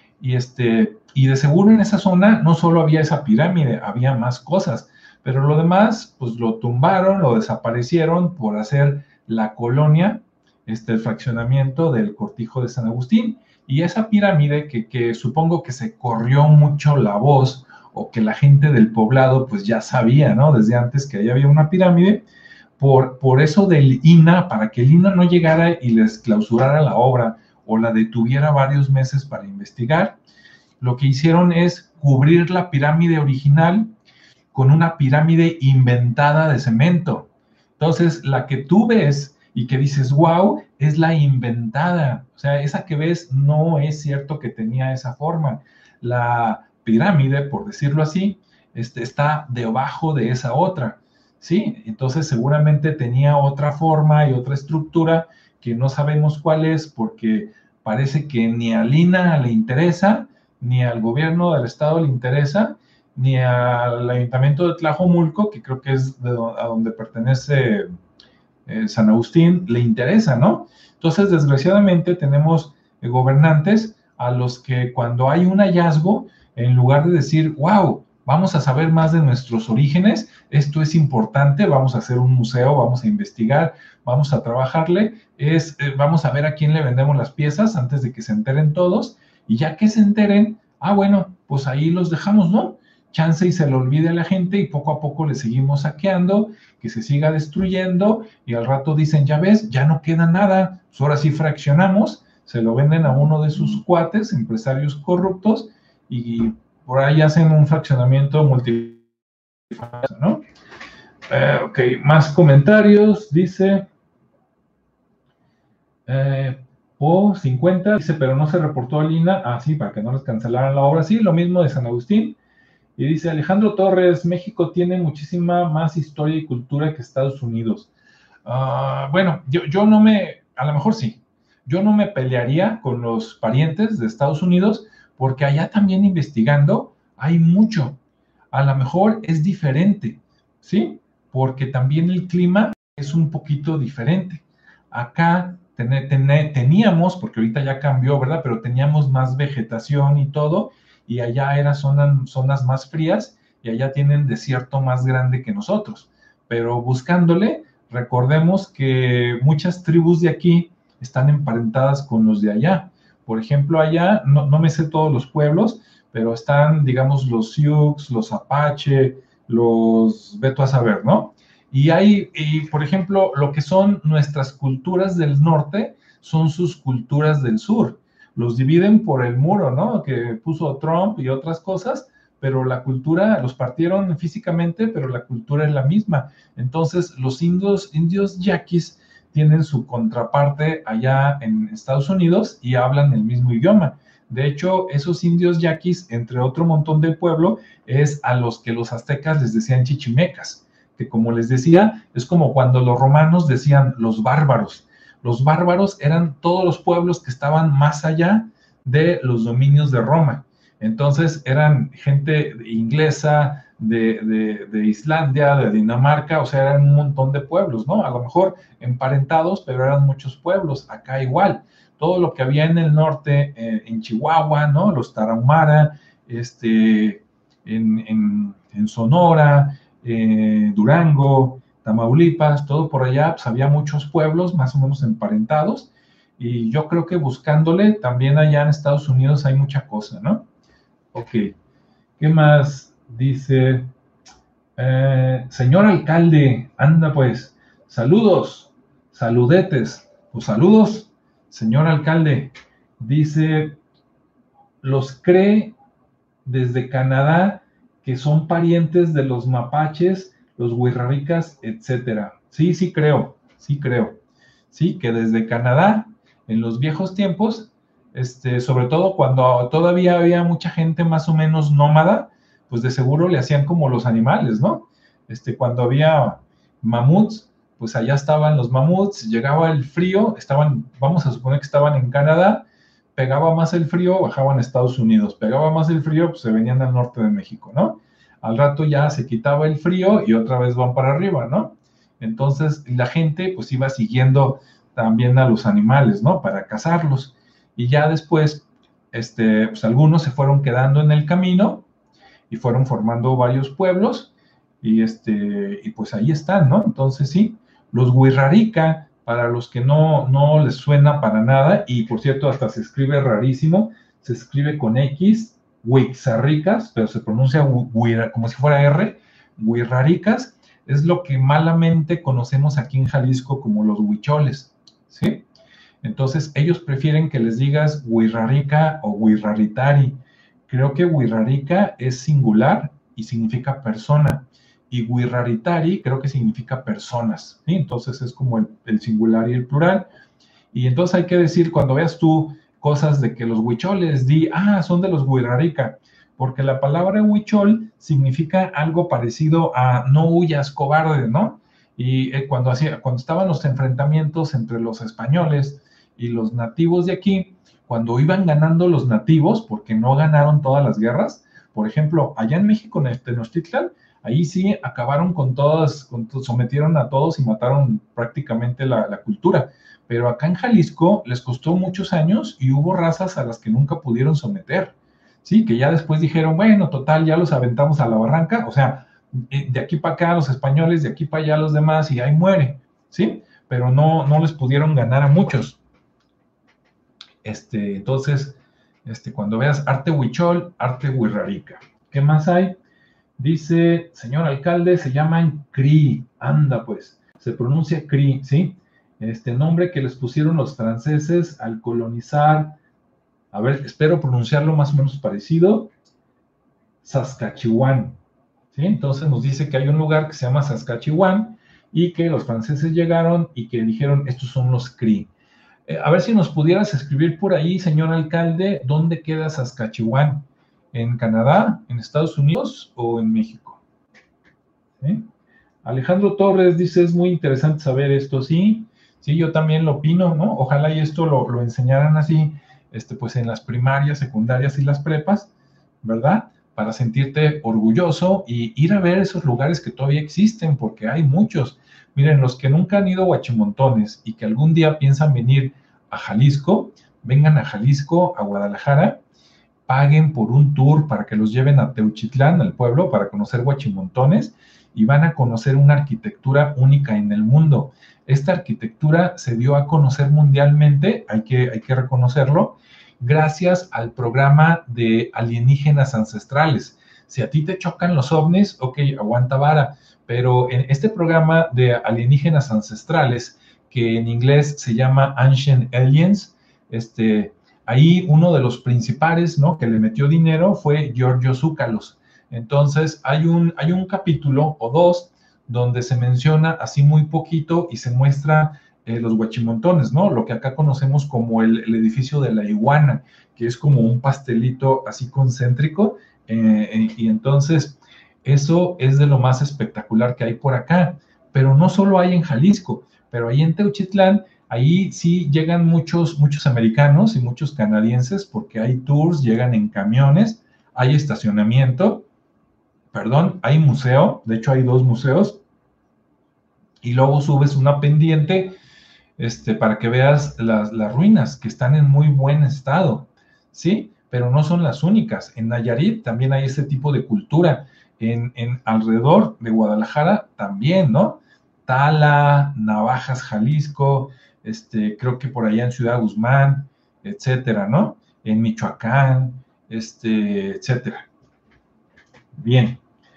Y de seguro en esa zona no solo había esa pirámide, había más cosas, pero lo demás, pues lo tumbaron, lo desaparecieron por hacer la colonia, el fraccionamiento del Cortijo de San Agustín. Y esa pirámide que supongo que se corrió mucho la voz o que la gente del poblado pues ya sabía, ¿no? Desde antes que ahí había una pirámide, por eso del INAH, para que el INAH no llegara y les clausurara la obra o la detuviera varios meses para investigar. Lo que hicieron es cubrir la pirámide original con una pirámide inventada de cemento. Entonces, la que tú ves y que dices, wow, es la inventada. O sea, esa que ves no es cierto que tenía esa forma. La pirámide, por decirlo así, está debajo de esa otra, ¿sí? Entonces, seguramente tenía otra forma y otra estructura que no sabemos cuál es porque parece que ni a Lina le interesa, ni al gobierno del estado le interesa, ni al ayuntamiento de Tlajomulco, que creo que es a donde pertenece San Agustín, le interesa, ¿no? Entonces, desgraciadamente, tenemos gobernantes a los que cuando hay un hallazgo, en lugar de decir, wow, vamos a saber más de nuestros orígenes, esto es importante, vamos a hacer un museo, vamos a investigar, vamos a trabajarle, vamos a ver a quién le vendemos las piezas antes de que se enteren todos, y ya que se enteren, bueno, pues ahí los dejamos, ¿no? Chance y se le olvide a la gente y poco a poco le seguimos saqueando, que se siga destruyendo y al rato dicen, ya ves, ya no queda nada, pues ahora sí fraccionamos, se lo venden a uno de sus cuates, empresarios corruptos, y por ahí hacen un fraccionamiento multifamiliar, ¿no? Ok, más comentarios, dice... O 50, dice, pero no se reportó a Lina, sí, para que no les cancelaran la obra, sí, lo mismo de San Agustín, y dice Alejandro Torres, México tiene muchísima más historia y cultura que Estados Unidos. Bueno, yo no a lo mejor sí, yo no me pelearía con los parientes de Estados Unidos, porque allá también investigando hay mucho, a lo mejor es diferente, ¿sí? Porque también el clima es un poquito diferente. Acá teníamos, porque ahorita ya cambió, ¿verdad? Pero teníamos más vegetación y todo, y allá eran zonas más frías, y allá tienen desierto más grande que nosotros. Pero buscándole, recordemos que muchas tribus de aquí están emparentadas con los de allá. Por ejemplo, allá, no me sé todos los pueblos, pero están, digamos, los Sioux, los Apache, los Veto a saber, ¿no? Y por ejemplo, lo que son nuestras culturas del norte son sus culturas del sur. Los dividen por el muro, ¿no? Que puso Trump y otras cosas, pero la cultura, los partieron físicamente, pero la cultura es la misma. Entonces, los indios yaquis tienen su contraparte allá en Estados Unidos y hablan el mismo idioma. De hecho, esos indios yaquis, entre otro montón del pueblo, es a los que los aztecas les decían chichimecas, que como les decía, es como cuando los romanos decían los bárbaros. Los bárbaros eran todos los pueblos que estaban más allá de los dominios de Roma. Entonces eran gente inglesa, de Islandia, de Dinamarca, o sea, eran un montón de pueblos, ¿no? A lo mejor emparentados, pero eran muchos pueblos, acá igual. Todo lo que había en el norte, en Chihuahua, ¿no? Los Tarahumara, en Sonora, Durango, Tamaulipas, todo por allá, pues había muchos pueblos más o menos emparentados, y yo creo que buscándole, también allá en Estados Unidos hay mucha cosa, ¿no? Ok, ¿qué más? Dice, señor alcalde, anda pues, saludos, saludetes, pues saludos, señor alcalde, dice, los cree desde Canadá que son parientes de los mapaches, los huirraricas, etcétera. Sí, sí creo, sí creo. Sí, que desde Canadá, en los viejos tiempos, sobre todo cuando todavía había mucha gente más o menos nómada, pues de seguro le hacían como los animales, ¿no? Cuando había mamuts, pues allá estaban los mamuts, llegaba el frío, vamos a suponer que estaban en Canadá, pegaba más el frío, bajaban a Estados Unidos, pegaba más el frío, pues se venían al norte de México, ¿no? Al rato ya se quitaba el frío y otra vez van para arriba, ¿no? Entonces la gente pues iba siguiendo también a los animales, ¿no? Para cazarlos. Y ya después, pues algunos se fueron quedando en el camino y fueron formando varios pueblos y pues ahí están, ¿no? Entonces sí, los Huirrarica, para los que no les suena para nada, y por cierto hasta se escribe rarísimo, se escribe con X, Huixarricas, pero se pronuncia como si fuera R, Huirraricas, es lo que malamente conocemos aquí en Jalisco como los huicholes, ¿sí? Entonces, ellos prefieren que les digas Huirrárica o Huirraritari. Creo que Huirrárica es singular y significa persona. Y Huirraritari creo que significa personas, ¿sí? Entonces es como el singular y el plural. Y entonces hay que decir, cuando veas tú cosas de que los huicholes, son de los Huirrárica, porque la palabra huichol significa algo parecido a no huyas, cobarde, ¿no? Y cuando estaban los enfrentamientos entre los españoles y los nativos de aquí, cuando iban ganando los nativos, porque no ganaron todas las guerras, por ejemplo, allá en México, en Tenochtitlan, ahí sí acabaron con todas, sometieron a todos y mataron prácticamente la cultura. Pero acá en Jalisco les costó muchos años y hubo razas a las que nunca pudieron someter, ¿sí? Que ya después dijeron, bueno, total, ya los aventamos a la barranca, o sea, de aquí para acá los españoles, de aquí para allá los demás, y ahí muere, ¿sí? Pero no les pudieron ganar a muchos. Entonces, cuando veas arte huichol, arte huirrárica. ¿Qué más hay? Dice, señor alcalde, se llaman CRI, anda pues, se pronuncia CRI, ¿sí? Nombre que les pusieron los franceses al colonizar, a ver, espero pronunciarlo más o menos parecido, Saskatchewan, ¿sí? Entonces nos dice que hay un lugar que se llama Saskatchewan y que los franceses llegaron y que dijeron, estos son los CRI. A ver si nos pudieras escribir por ahí, señor alcalde, ¿dónde queda Saskatchewan? ¿En Canadá, en Estados Unidos o en México? ¿Sí? Alejandro Torres dice, es muy interesante saber esto, sí, yo también lo opino, ¿no? Ojalá y esto lo enseñaran así, pues en las primarias, secundarias y las prepas, ¿verdad? Para sentirte orgulloso y ir a ver esos lugares que todavía existen, porque hay muchos. Miren, los que nunca han ido a Huachimontones y que algún día piensan venir a Jalisco, vengan a Jalisco, a Guadalajara, paguen por un tour para que los lleven a Teuchitlán, al pueblo, para conocer Huachimontones, y van a conocer una arquitectura única en el mundo. Esta arquitectura se dio a conocer mundialmente, hay que reconocerlo, gracias al programa de alienígenas ancestrales. Si a ti te chocan los ovnis, ok, aguanta vara, pero en este programa de alienígenas ancestrales, que en inglés se llama Ancient Aliens, ahí uno de los principales, ¿no?, que le metió dinero fue Giorgio Tsoukalos. Entonces, hay un capítulo o dos donde se menciona así muy poquito y se muestra los huachimontones, ¿no? Lo que acá conocemos como el edificio de la iguana, que es como un pastelito así concéntrico, y entonces eso es de lo más espectacular que hay por acá. Pero no solo hay en Jalisco, pero ahí en Teuchitlán, ahí sí llegan muchos americanos y muchos canadienses porque hay tours, llegan en camiones, hay estacionamiento, hay museo, de hecho hay 2 museos, y luego subes una pendiente para que veas las ruinas que están en muy buen estado, ¿sí? Pero no son las únicas. En Nayarit también hay ese tipo de cultura. En alrededor de Guadalajara también, ¿no? Tala, Navajas, Jalisco, creo que por allá en Ciudad Guzmán, etcétera, ¿no? En Michoacán, etcétera. Bien.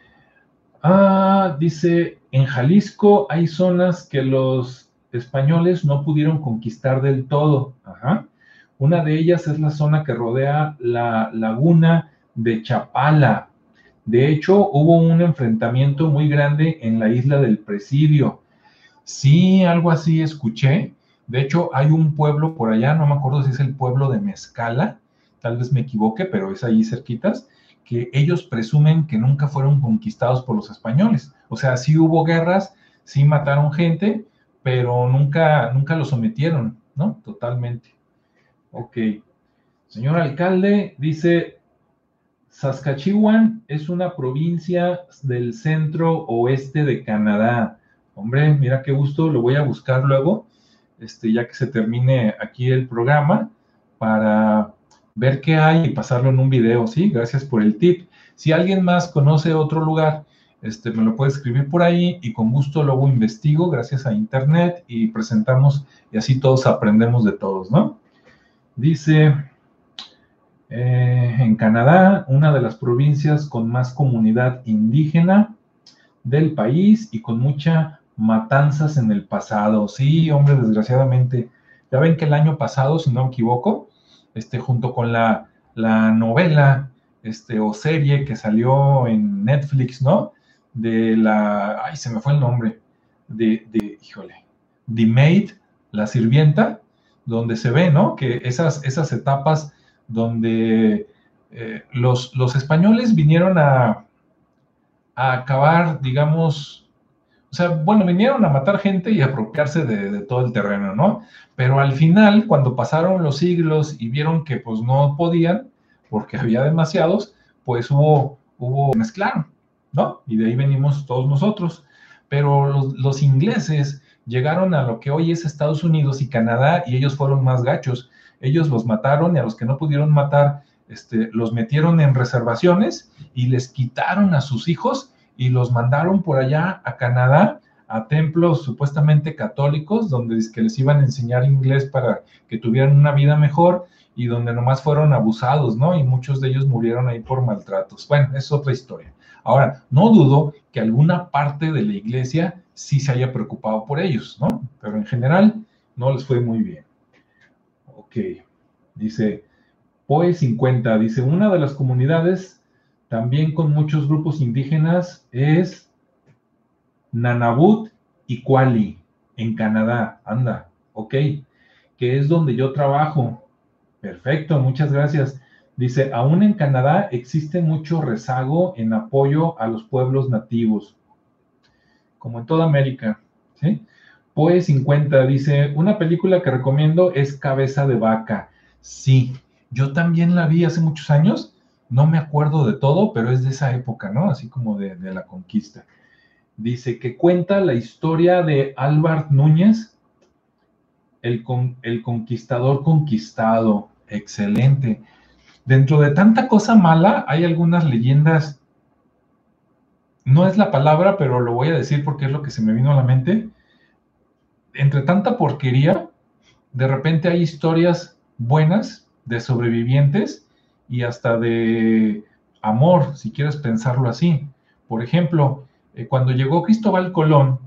Dice, en Jalisco hay zonas que los españoles no pudieron conquistar del todo. Ajá. Una de ellas es la zona que rodea la laguna de Chapala. De hecho, hubo un enfrentamiento muy grande en la isla del Presidio. Sí, algo así escuché. De hecho, hay un pueblo por allá, no me acuerdo si es el pueblo de Mezcala, tal vez me equivoque, pero es ahí cerquitas, que ellos presumen que nunca fueron conquistados por los españoles. O sea, sí hubo guerras, sí mataron gente, pero nunca los sometieron, ¿no? Totalmente. Ok. Señor alcalde, dice, Saskatchewan es una provincia del centro oeste de Canadá. Hombre, mira qué gusto, lo voy a buscar luego, ya que se termine aquí el programa, para ver qué hay y pasarlo en un video, ¿sí? Gracias por el tip. Si alguien más conoce otro lugar, me lo puede escribir por ahí y con gusto luego investigo gracias a internet y presentamos y así todos aprendemos de todos, ¿no? Dice, en Canadá, una de las provincias con más comunidad indígena del país y con muchas matanzas en el pasado. Sí, hombre, desgraciadamente Ya ven que el año pasado, si no me equivoco, junto con la novela o serie que salió en Netflix, ¿no? Ay, se me fue el nombre, híjole, The Maid, la sirvienta, donde se ve, ¿no? Que esas etapas donde los españoles vinieron a acabar, digamos, o sea, bueno, vinieron a matar gente y a apropiarse de todo el terreno, ¿no? Pero al final, cuando pasaron los siglos y vieron que pues no podían, porque había demasiados, pues mezclaron, ¿no? Y de ahí venimos todos nosotros. Pero los ingleses llegaron a lo que hoy es Estados Unidos y Canadá y ellos fueron más gachos. Ellos los mataron y a los que no pudieron matar, los metieron en reservaciones y les quitaron a sus hijos y los mandaron por allá a Canadá, a templos supuestamente católicos, donde es que les iban a enseñar inglés para que tuvieran una vida mejor y donde nomás fueron abusados, ¿no? Y muchos de ellos murieron ahí por maltratos. Bueno, es otra historia. Ahora, no dudo que alguna parte de la iglesia sí se haya preocupado por ellos, ¿no? Pero en general no les fue muy bien. Ok, dice POE 50, dice, una de las comunidades también con muchos grupos indígenas es Nunavut y Kuali, en Canadá, anda, ok, que es donde yo trabajo. Perfecto, muchas gracias. Dice, aún en Canadá existe mucho rezago en apoyo a los pueblos nativos, como en toda América, ¿sí? POE 50 dice, una película que recomiendo es Cabeza de Vaca. Sí, yo también la vi hace muchos años, no me acuerdo de todo, pero es de esa época, ¿no? Así como de la conquista. Dice que cuenta la historia de Álvar Núñez, el conquistador conquistado. Excelente. Dentro de tanta cosa mala, hay algunas leyendas, no es la palabra, pero lo voy a decir porque es lo que se me vino a la mente. Entre tanta porquería, de repente hay historias buenas de sobrevivientes y hasta de amor, si quieres pensarlo así. Por ejemplo, cuando llegó Cristóbal Colón,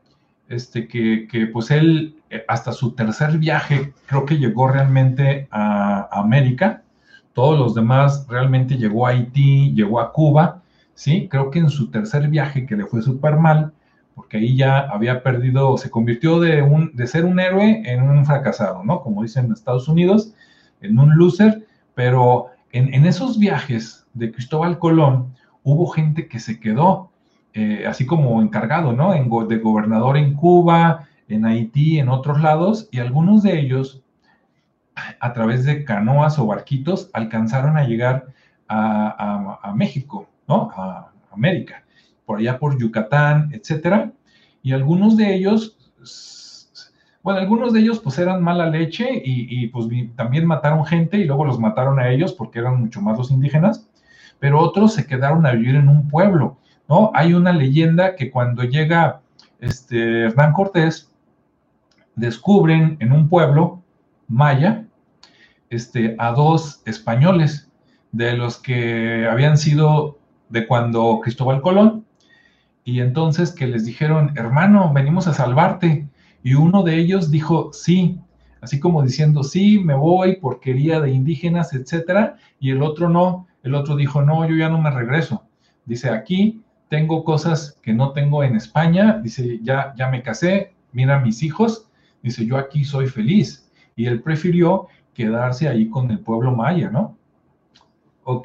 que pues él, hasta su tercer viaje, creo que llegó realmente a América, todos los demás realmente llegó a Haití, llegó a Cuba, ¿sí? Creo que en su tercer viaje, que le fue súper mal, porque ahí ya había perdido, se convirtió de ser un héroe en un fracasado, ¿no? Como dicen en Estados Unidos, en un loser, pero en esos viajes de Cristóbal Colón hubo gente que se quedó, así como encargado, ¿no? De gobernador en Cuba, en Haití, en otros lados, y algunos de ellos, a través de canoas o barquitos, alcanzaron a llegar a México, ¿no? A América, por allá por Yucatán, etcétera, y algunos de ellos, bueno, algunos de ellos pues eran mala leche y pues también mataron gente y luego los mataron a ellos porque eran mucho más los indígenas, pero otros se quedaron a vivir en un pueblo, ¿no? Hay una leyenda que cuando llega Hernán Cortés, descubren en un pueblo maya a dos españoles de los que habían sido de cuando Cristóbal Colón, y entonces que les dijeron, hermano, venimos a salvarte, y uno de ellos dijo, sí, así como diciendo, sí, me voy, porquería de indígenas, etcétera, y el otro no, el otro dijo, no, yo ya no me regreso. Dice, aquí tengo cosas que no tengo en España, dice, ya me casé, mira mis hijos, dice, yo aquí soy feliz, y él prefirió quedarse ahí con el pueblo maya, ¿no? Ok.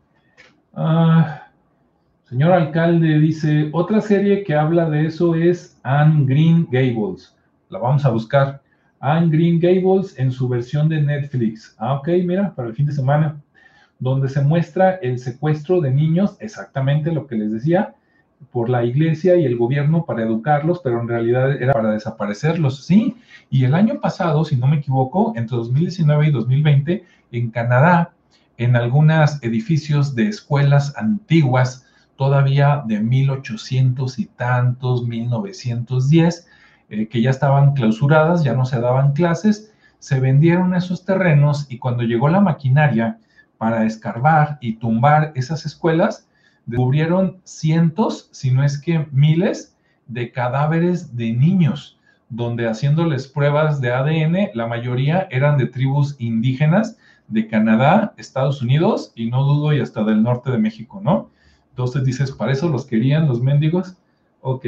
Señor alcalde, dice, otra serie que habla de eso es Anne Green Gables. La vamos a buscar. Anne Green Gables en su versión de Netflix. Ok, mira, para el fin de semana, donde se muestra el secuestro de niños, exactamente lo que les decía, por la iglesia y el gobierno para educarlos, pero en realidad era para desaparecerlos, ¿sí? Y el año pasado, si no me equivoco, entre 2019 y 2020, en Canadá, en algunos edificios de escuelas antiguas, todavía de 1800 y tantos, 1910, que ya estaban clausuradas, ya no se daban clases, se vendieron esos terrenos y cuando llegó la maquinaria para escarbar y tumbar esas escuelas, descubrieron cientos, si no es que miles, de cadáveres de niños, donde haciéndoles pruebas de ADN, la mayoría eran de tribus indígenas de Canadá, Estados Unidos y no dudo y hasta del norte de México, ¿no? Entonces dices, ¿para eso los querían los mendigos? Ok.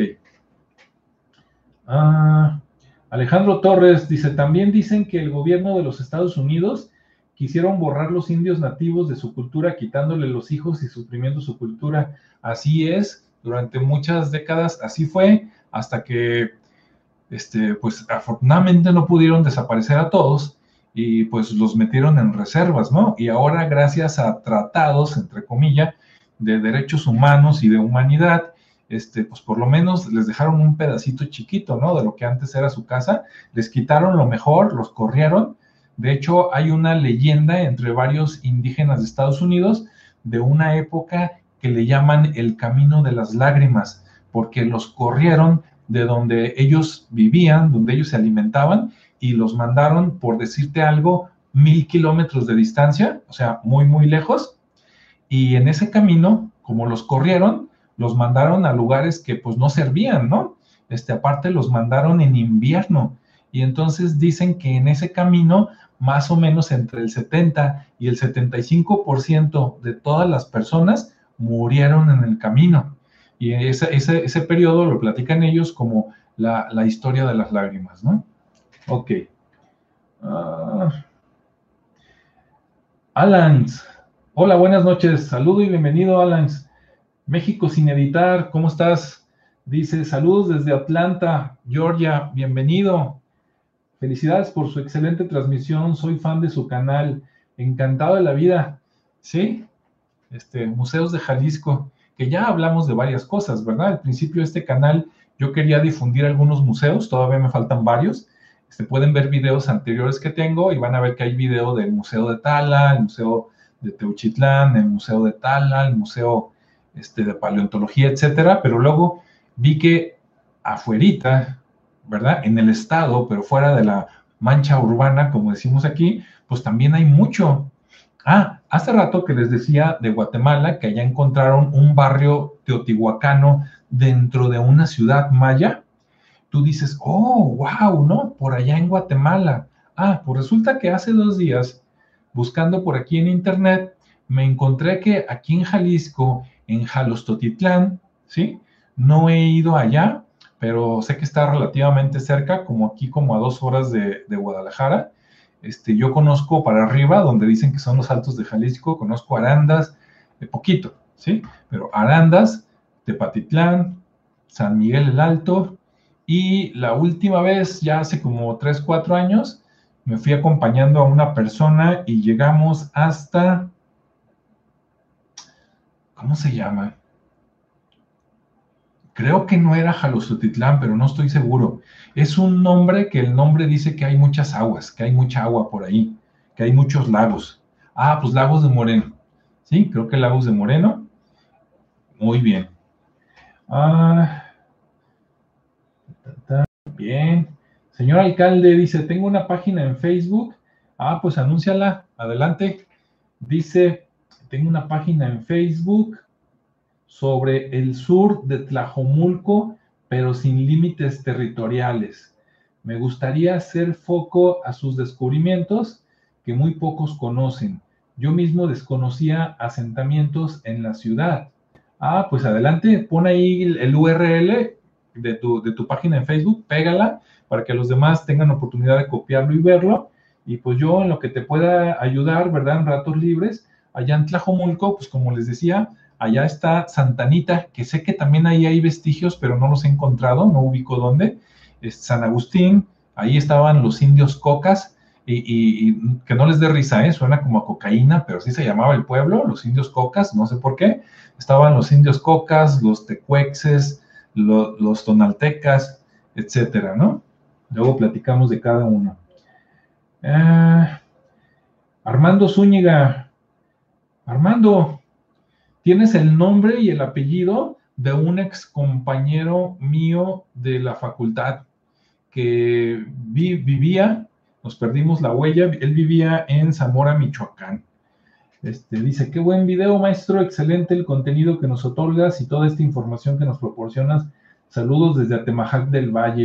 Alejandro Torres dice, también dicen que el gobierno de los Estados Unidos quisieron borrar los indios nativos de su cultura, quitándole los hijos y suprimiendo su cultura. Así es, durante muchas décadas así fue, hasta que, pues afortunadamente no pudieron desaparecer a todos y pues los metieron en reservas, ¿no? Y ahora gracias a tratados, entre comillas, de derechos humanos y de humanidad, pues por lo menos les dejaron un pedacito chiquito, ¿no? De lo que antes era su casa, les quitaron lo mejor, los corrieron. De hecho, hay una leyenda entre varios indígenas de Estados Unidos de una época que le llaman el Camino de las Lágrimas, porque los corrieron de donde ellos vivían, donde ellos se alimentaban, y los mandaron, por decirte algo, 1000 kilómetros de distancia, o sea, muy, muy lejos, y en ese camino, como los corrieron, los mandaron a lugares que pues no servían, ¿no? Aparte los mandaron en invierno, y entonces dicen que en ese camino, más o menos entre el 70 y el 75% de todas las personas murieron en el camino. Y ese periodo lo platican ellos como la historia de las lágrimas, ¿no? Ok. Alans. Hola, buenas noches. Saludo y bienvenido, Alans. México sin editar, ¿cómo estás? Dice, saludos desde Atlanta, Georgia. Bienvenido. Felicidades por su excelente transmisión. Soy fan de su canal. Encantado de la vida. ¿Sí? Museos de Jalisco, que ya hablamos de varias cosas, ¿verdad? Al principio de este canal yo quería difundir algunos museos, todavía me faltan varios. Pueden ver videos anteriores que tengo y van a ver que hay video del Museo de Tala, el Museo de Teuchitlán, el Museo de Tala, el Museo de Paleontología, etcétera, pero luego vi que afuerita, ¿verdad? En el estado, pero fuera de la mancha urbana, como decimos aquí, pues también hay mucho. Hace rato que les decía de Guatemala que allá encontraron un barrio teotihuacano dentro de una ciudad maya. Tú dices, oh, wow, ¿no? Por allá en Guatemala. Pues resulta que hace 2 días, buscando por aquí en internet, me encontré que aquí en Jalisco, en Jalostotitlán, ¿sí? No he ido allá, pero sé que está relativamente cerca, como aquí, como a 2 horas de Guadalajara. Yo conozco para arriba, donde dicen que son los Altos de Jalisco, conozco Arandas, poquito, ¿sí? Pero Arandas, Tepatitlán, San Miguel el Alto, y la última vez, ya hace como 3, 4 años, me fui acompañando a una persona y llegamos hasta, ¿cómo se llama? Creo que no era Jalostotitlán, pero no estoy seguro. Es un nombre que el nombre dice que hay muchas aguas, que hay mucha agua por ahí, que hay muchos lagos. Pues Lagos de Moreno. Sí, creo que Lagos de Moreno. Muy bien. Bien. Señor alcalde, dice, tengo una página en Facebook. Pues anúnciala. Adelante. Dice, tengo una página en Facebook sobre el sur de Tlajomulco, pero sin límites territoriales. Me gustaría hacer foco a sus descubrimientos que muy pocos conocen. Yo mismo desconocía asentamientos en la ciudad. Pues adelante, pon ahí el URL de tu página en Facebook, pégala para que los demás tengan oportunidad de copiarlo y verlo. Y pues yo en lo que te pueda ayudar, ¿verdad? En ratos libres, allá en Tlajomulco, pues como les decía, allá está Santa Anita, que sé que también ahí hay vestigios, pero no los he encontrado, no ubico dónde. San Agustín, ahí estaban los indios cocas, y que no les dé risa, suena como a cocaína, pero así se llamaba el pueblo, los indios cocas, no sé por qué. Estaban los indios cocas, los tecuexes, los tonaltecas, etcétera, ¿no? Luego platicamos de cada uno. Armando Zúñiga. Armando, tienes el nombre y el apellido de un ex compañero mío de la facultad que vivía, nos perdimos la huella, él vivía en Zamora, Michoacán. Dice, qué buen video, maestro, excelente el contenido que nos otorgas y toda esta información que nos proporcionas. Saludos desde Atemajac del Valle.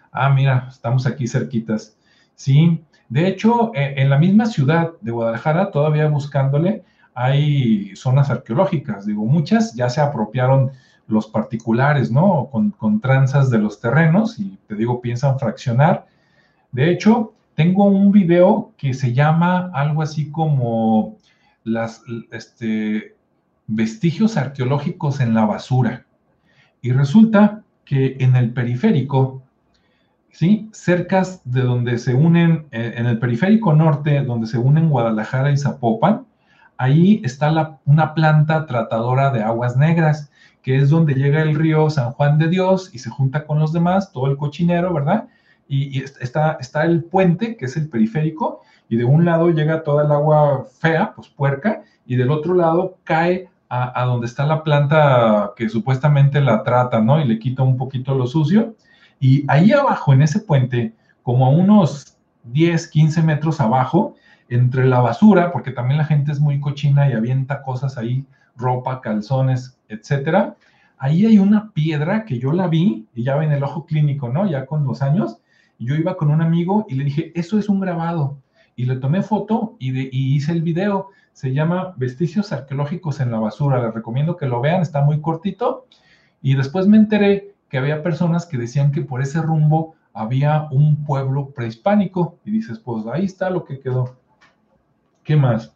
Ah, mira, estamos aquí cerquitas. Sí, de hecho, en la misma ciudad de Guadalajara, todavía buscándole, hay zonas arqueológicas. Digo, muchas ya se apropiaron los particulares, ¿no? Con tranzas de los terrenos y te digo, piensan fraccionar. De hecho, tengo un video que se llama algo así como las, vestigios arqueológicos en la basura. Y resulta que en el periférico, ¿sí? Cerca de donde se unen, en el periférico norte, donde se unen Guadalajara y Zapopan, ahí está una planta tratadora de aguas negras, que es donde llega el río San Juan de Dios y se junta con los demás, todo el cochinero, ¿verdad? Y está el puente, que es el periférico, y de un lado llega toda el agua fea, pues puerca, y del otro lado cae a donde está la planta que supuestamente la trata, ¿no? Y le quita un poquito lo sucio. Y ahí abajo, en ese puente, como a unos 10, 15 metros abajo, entre la basura, porque también la gente es muy cochina y avienta cosas ahí, ropa, calzones, etcétera. Ahí hay una piedra que yo la vi, y ya ven el ojo clínico, ¿no? Ya con los años, y yo iba con un amigo y le dije, eso es un grabado. Y le tomé foto y hice el video. Se llama Vestigios Arqueológicos en la Basura. Les recomiendo que lo vean, está muy cortito. Y después me enteré que había personas que decían que por ese rumbo había un pueblo prehispánico. Y dices, pues ahí está lo que quedó. ¿Qué más?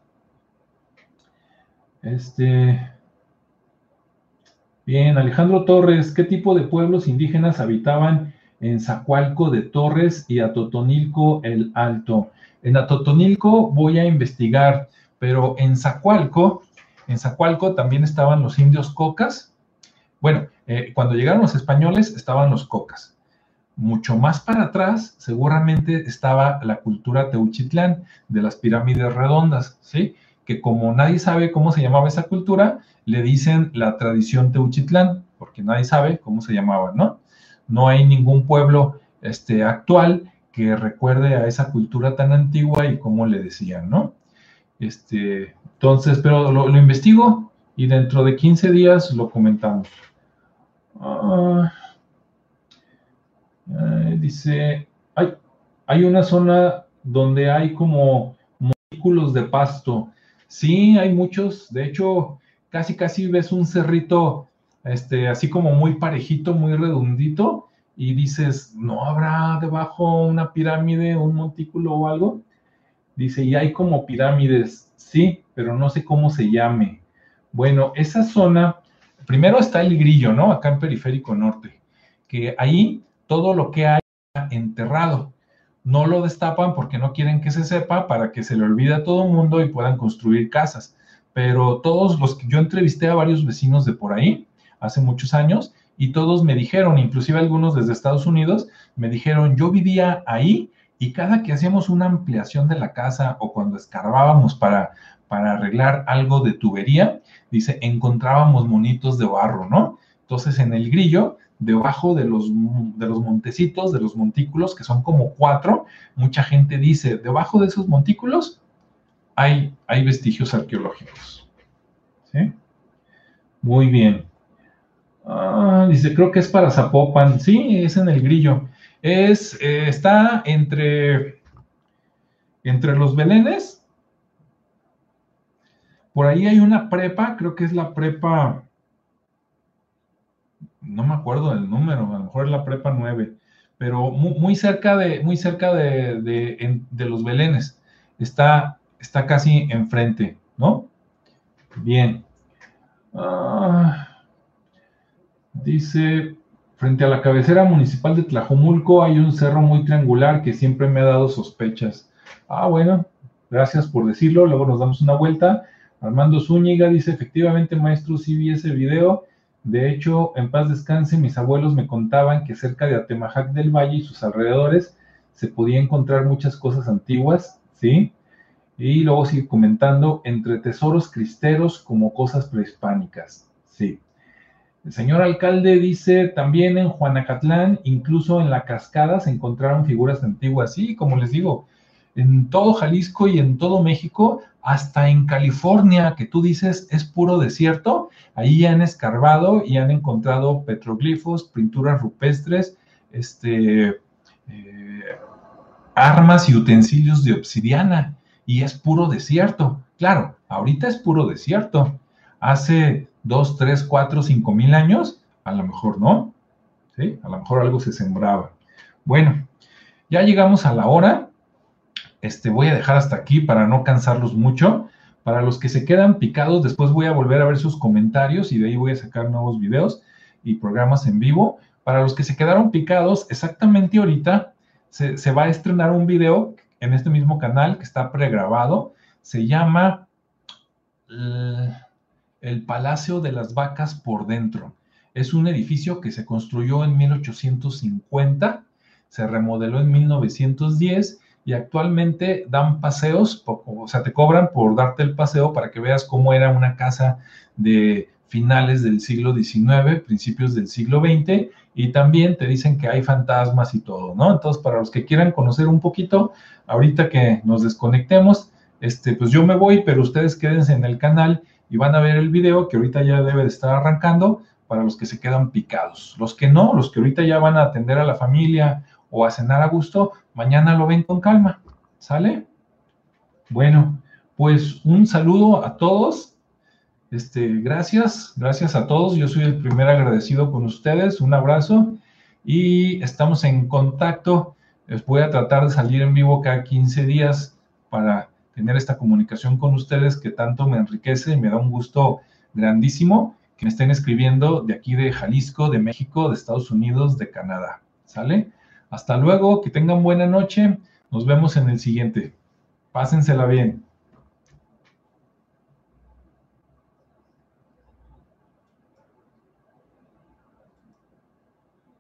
Bien, Alejandro Torres, ¿qué tipo de pueblos indígenas habitaban en Zacualco de Torres y Atotonilco el Alto? En Atotonilco voy a investigar, pero en Zacualco también estaban los indios cocas. Bueno, cuando llegaron los españoles estaban los cocas. Mucho más para atrás, seguramente estaba la cultura Teuchitlán, de las pirámides redondas, ¿sí? Que como nadie sabe cómo se llamaba esa cultura, le dicen la tradición Teuchitlán, porque nadie sabe cómo se llamaba, ¿no? No hay ningún pueblo actual que recuerde a esa cultura tan antigua y cómo le decían, ¿no? Entonces, pero lo investigo y dentro de 15 días lo comentamos. Ah, dice, hay una zona donde hay como montículos de pasto. Sí, hay muchos. De hecho, casi ves un cerrito, así como muy parejito, muy redondito, y dices, ¿no habrá debajo una pirámide, un montículo o algo? Dice, y hay como pirámides, sí, pero no sé cómo se llame. Bueno, esa zona, primero está el Grillo, ¿no? Acá en Periférico Norte, que ahí todo lo que hay enterrado. No lo destapan porque no quieren que se sepa para que se le olvide a todo el mundo y puedan construir casas. Pero todos los que yo entrevisté a varios vecinos de por ahí hace muchos años y todos me dijeron, inclusive algunos desde Estados Unidos, me dijeron, yo vivía ahí y cada que hacíamos una ampliación de la casa o cuando escarbábamos para arreglar algo de tubería, dice, encontrábamos monitos de barro, ¿no? Entonces en el Grillo, debajo de los montecitos, de los montículos, que son como 4, mucha gente dice, debajo de esos montículos hay vestigios arqueológicos. ¿Sí? Muy bien. Dice, creo que es para Zapopan. Sí, es en el Grillo. Está entre los Belenes. Por ahí hay una prepa, creo que es la prepa, no me acuerdo del número, a lo mejor es la prepa 9, pero muy cerca de los Belenes. Está casi enfrente, ¿no? Bien. Dice, frente a la cabecera municipal de Tlajomulco hay un cerro muy triangular que siempre me ha dado sospechas. Bueno, gracias por decirlo, luego nos damos una vuelta. Armando Zúñiga dice, efectivamente, maestro, sí vi ese video. De hecho, en paz descanse, mis abuelos me contaban que cerca de Atemajac del Valle y sus alrededores se podía encontrar muchas cosas antiguas, ¿sí? Y luego sigue comentando, entre tesoros cristeros como cosas prehispánicas, sí. El señor alcalde dice, también en Juanacatlán, incluso en la cascada, se encontraron figuras antiguas. Sí, como les digo, en todo Jalisco y en todo México, hasta en California, que tú dices es puro desierto, ahí han escarbado y han encontrado petroglifos, pinturas rupestres, armas y utensilios de obsidiana, y es puro desierto. Claro, ahorita es puro desierto. Hace 2, 3, 4, 5 mil años, a lo mejor no, ¿sí? A lo mejor algo se sembraba. Bueno, ya llegamos a la hora. Voy a dejar hasta aquí para no cansarlos mucho. Para los que se quedan picados, después voy a volver a ver sus comentarios y de ahí voy a sacar nuevos videos y programas en vivo. Para los que se quedaron picados, exactamente ahorita se va a estrenar un video en este mismo canal que está pregrabado. Se llama El Palacio de las Vacas por Dentro. Es un edificio que se construyó en 1850, se remodeló en 1910 y actualmente dan paseos, o sea, te cobran por darte el paseo para que veas cómo era una casa de finales del siglo XIX, principios del siglo XX, y también te dicen que hay fantasmas y todo, ¿no? Entonces, para los que quieran conocer un poquito, ahorita que nos desconectemos, pues yo me voy, pero ustedes quédense en el canal y van a ver el video que ahorita ya debe de estar arrancando para los que se quedan picados. Los que no, los que ahorita ya van a atender a la familia o a cenar a gusto, mañana lo ven con calma, ¿sale? Bueno, pues un saludo a todos. Gracias a todos. Yo soy el primer agradecido con ustedes. Un abrazo y estamos en contacto. Les voy a tratar de salir en vivo cada 15 días para tener esta comunicación con ustedes que tanto me enriquece y me da un gusto grandísimo que me estén escribiendo de aquí de Jalisco, de México, de Estados Unidos, de Canadá. ¿Sale? Hasta luego, que tengan buena noche. Nos vemos en el siguiente. Pásensela bien.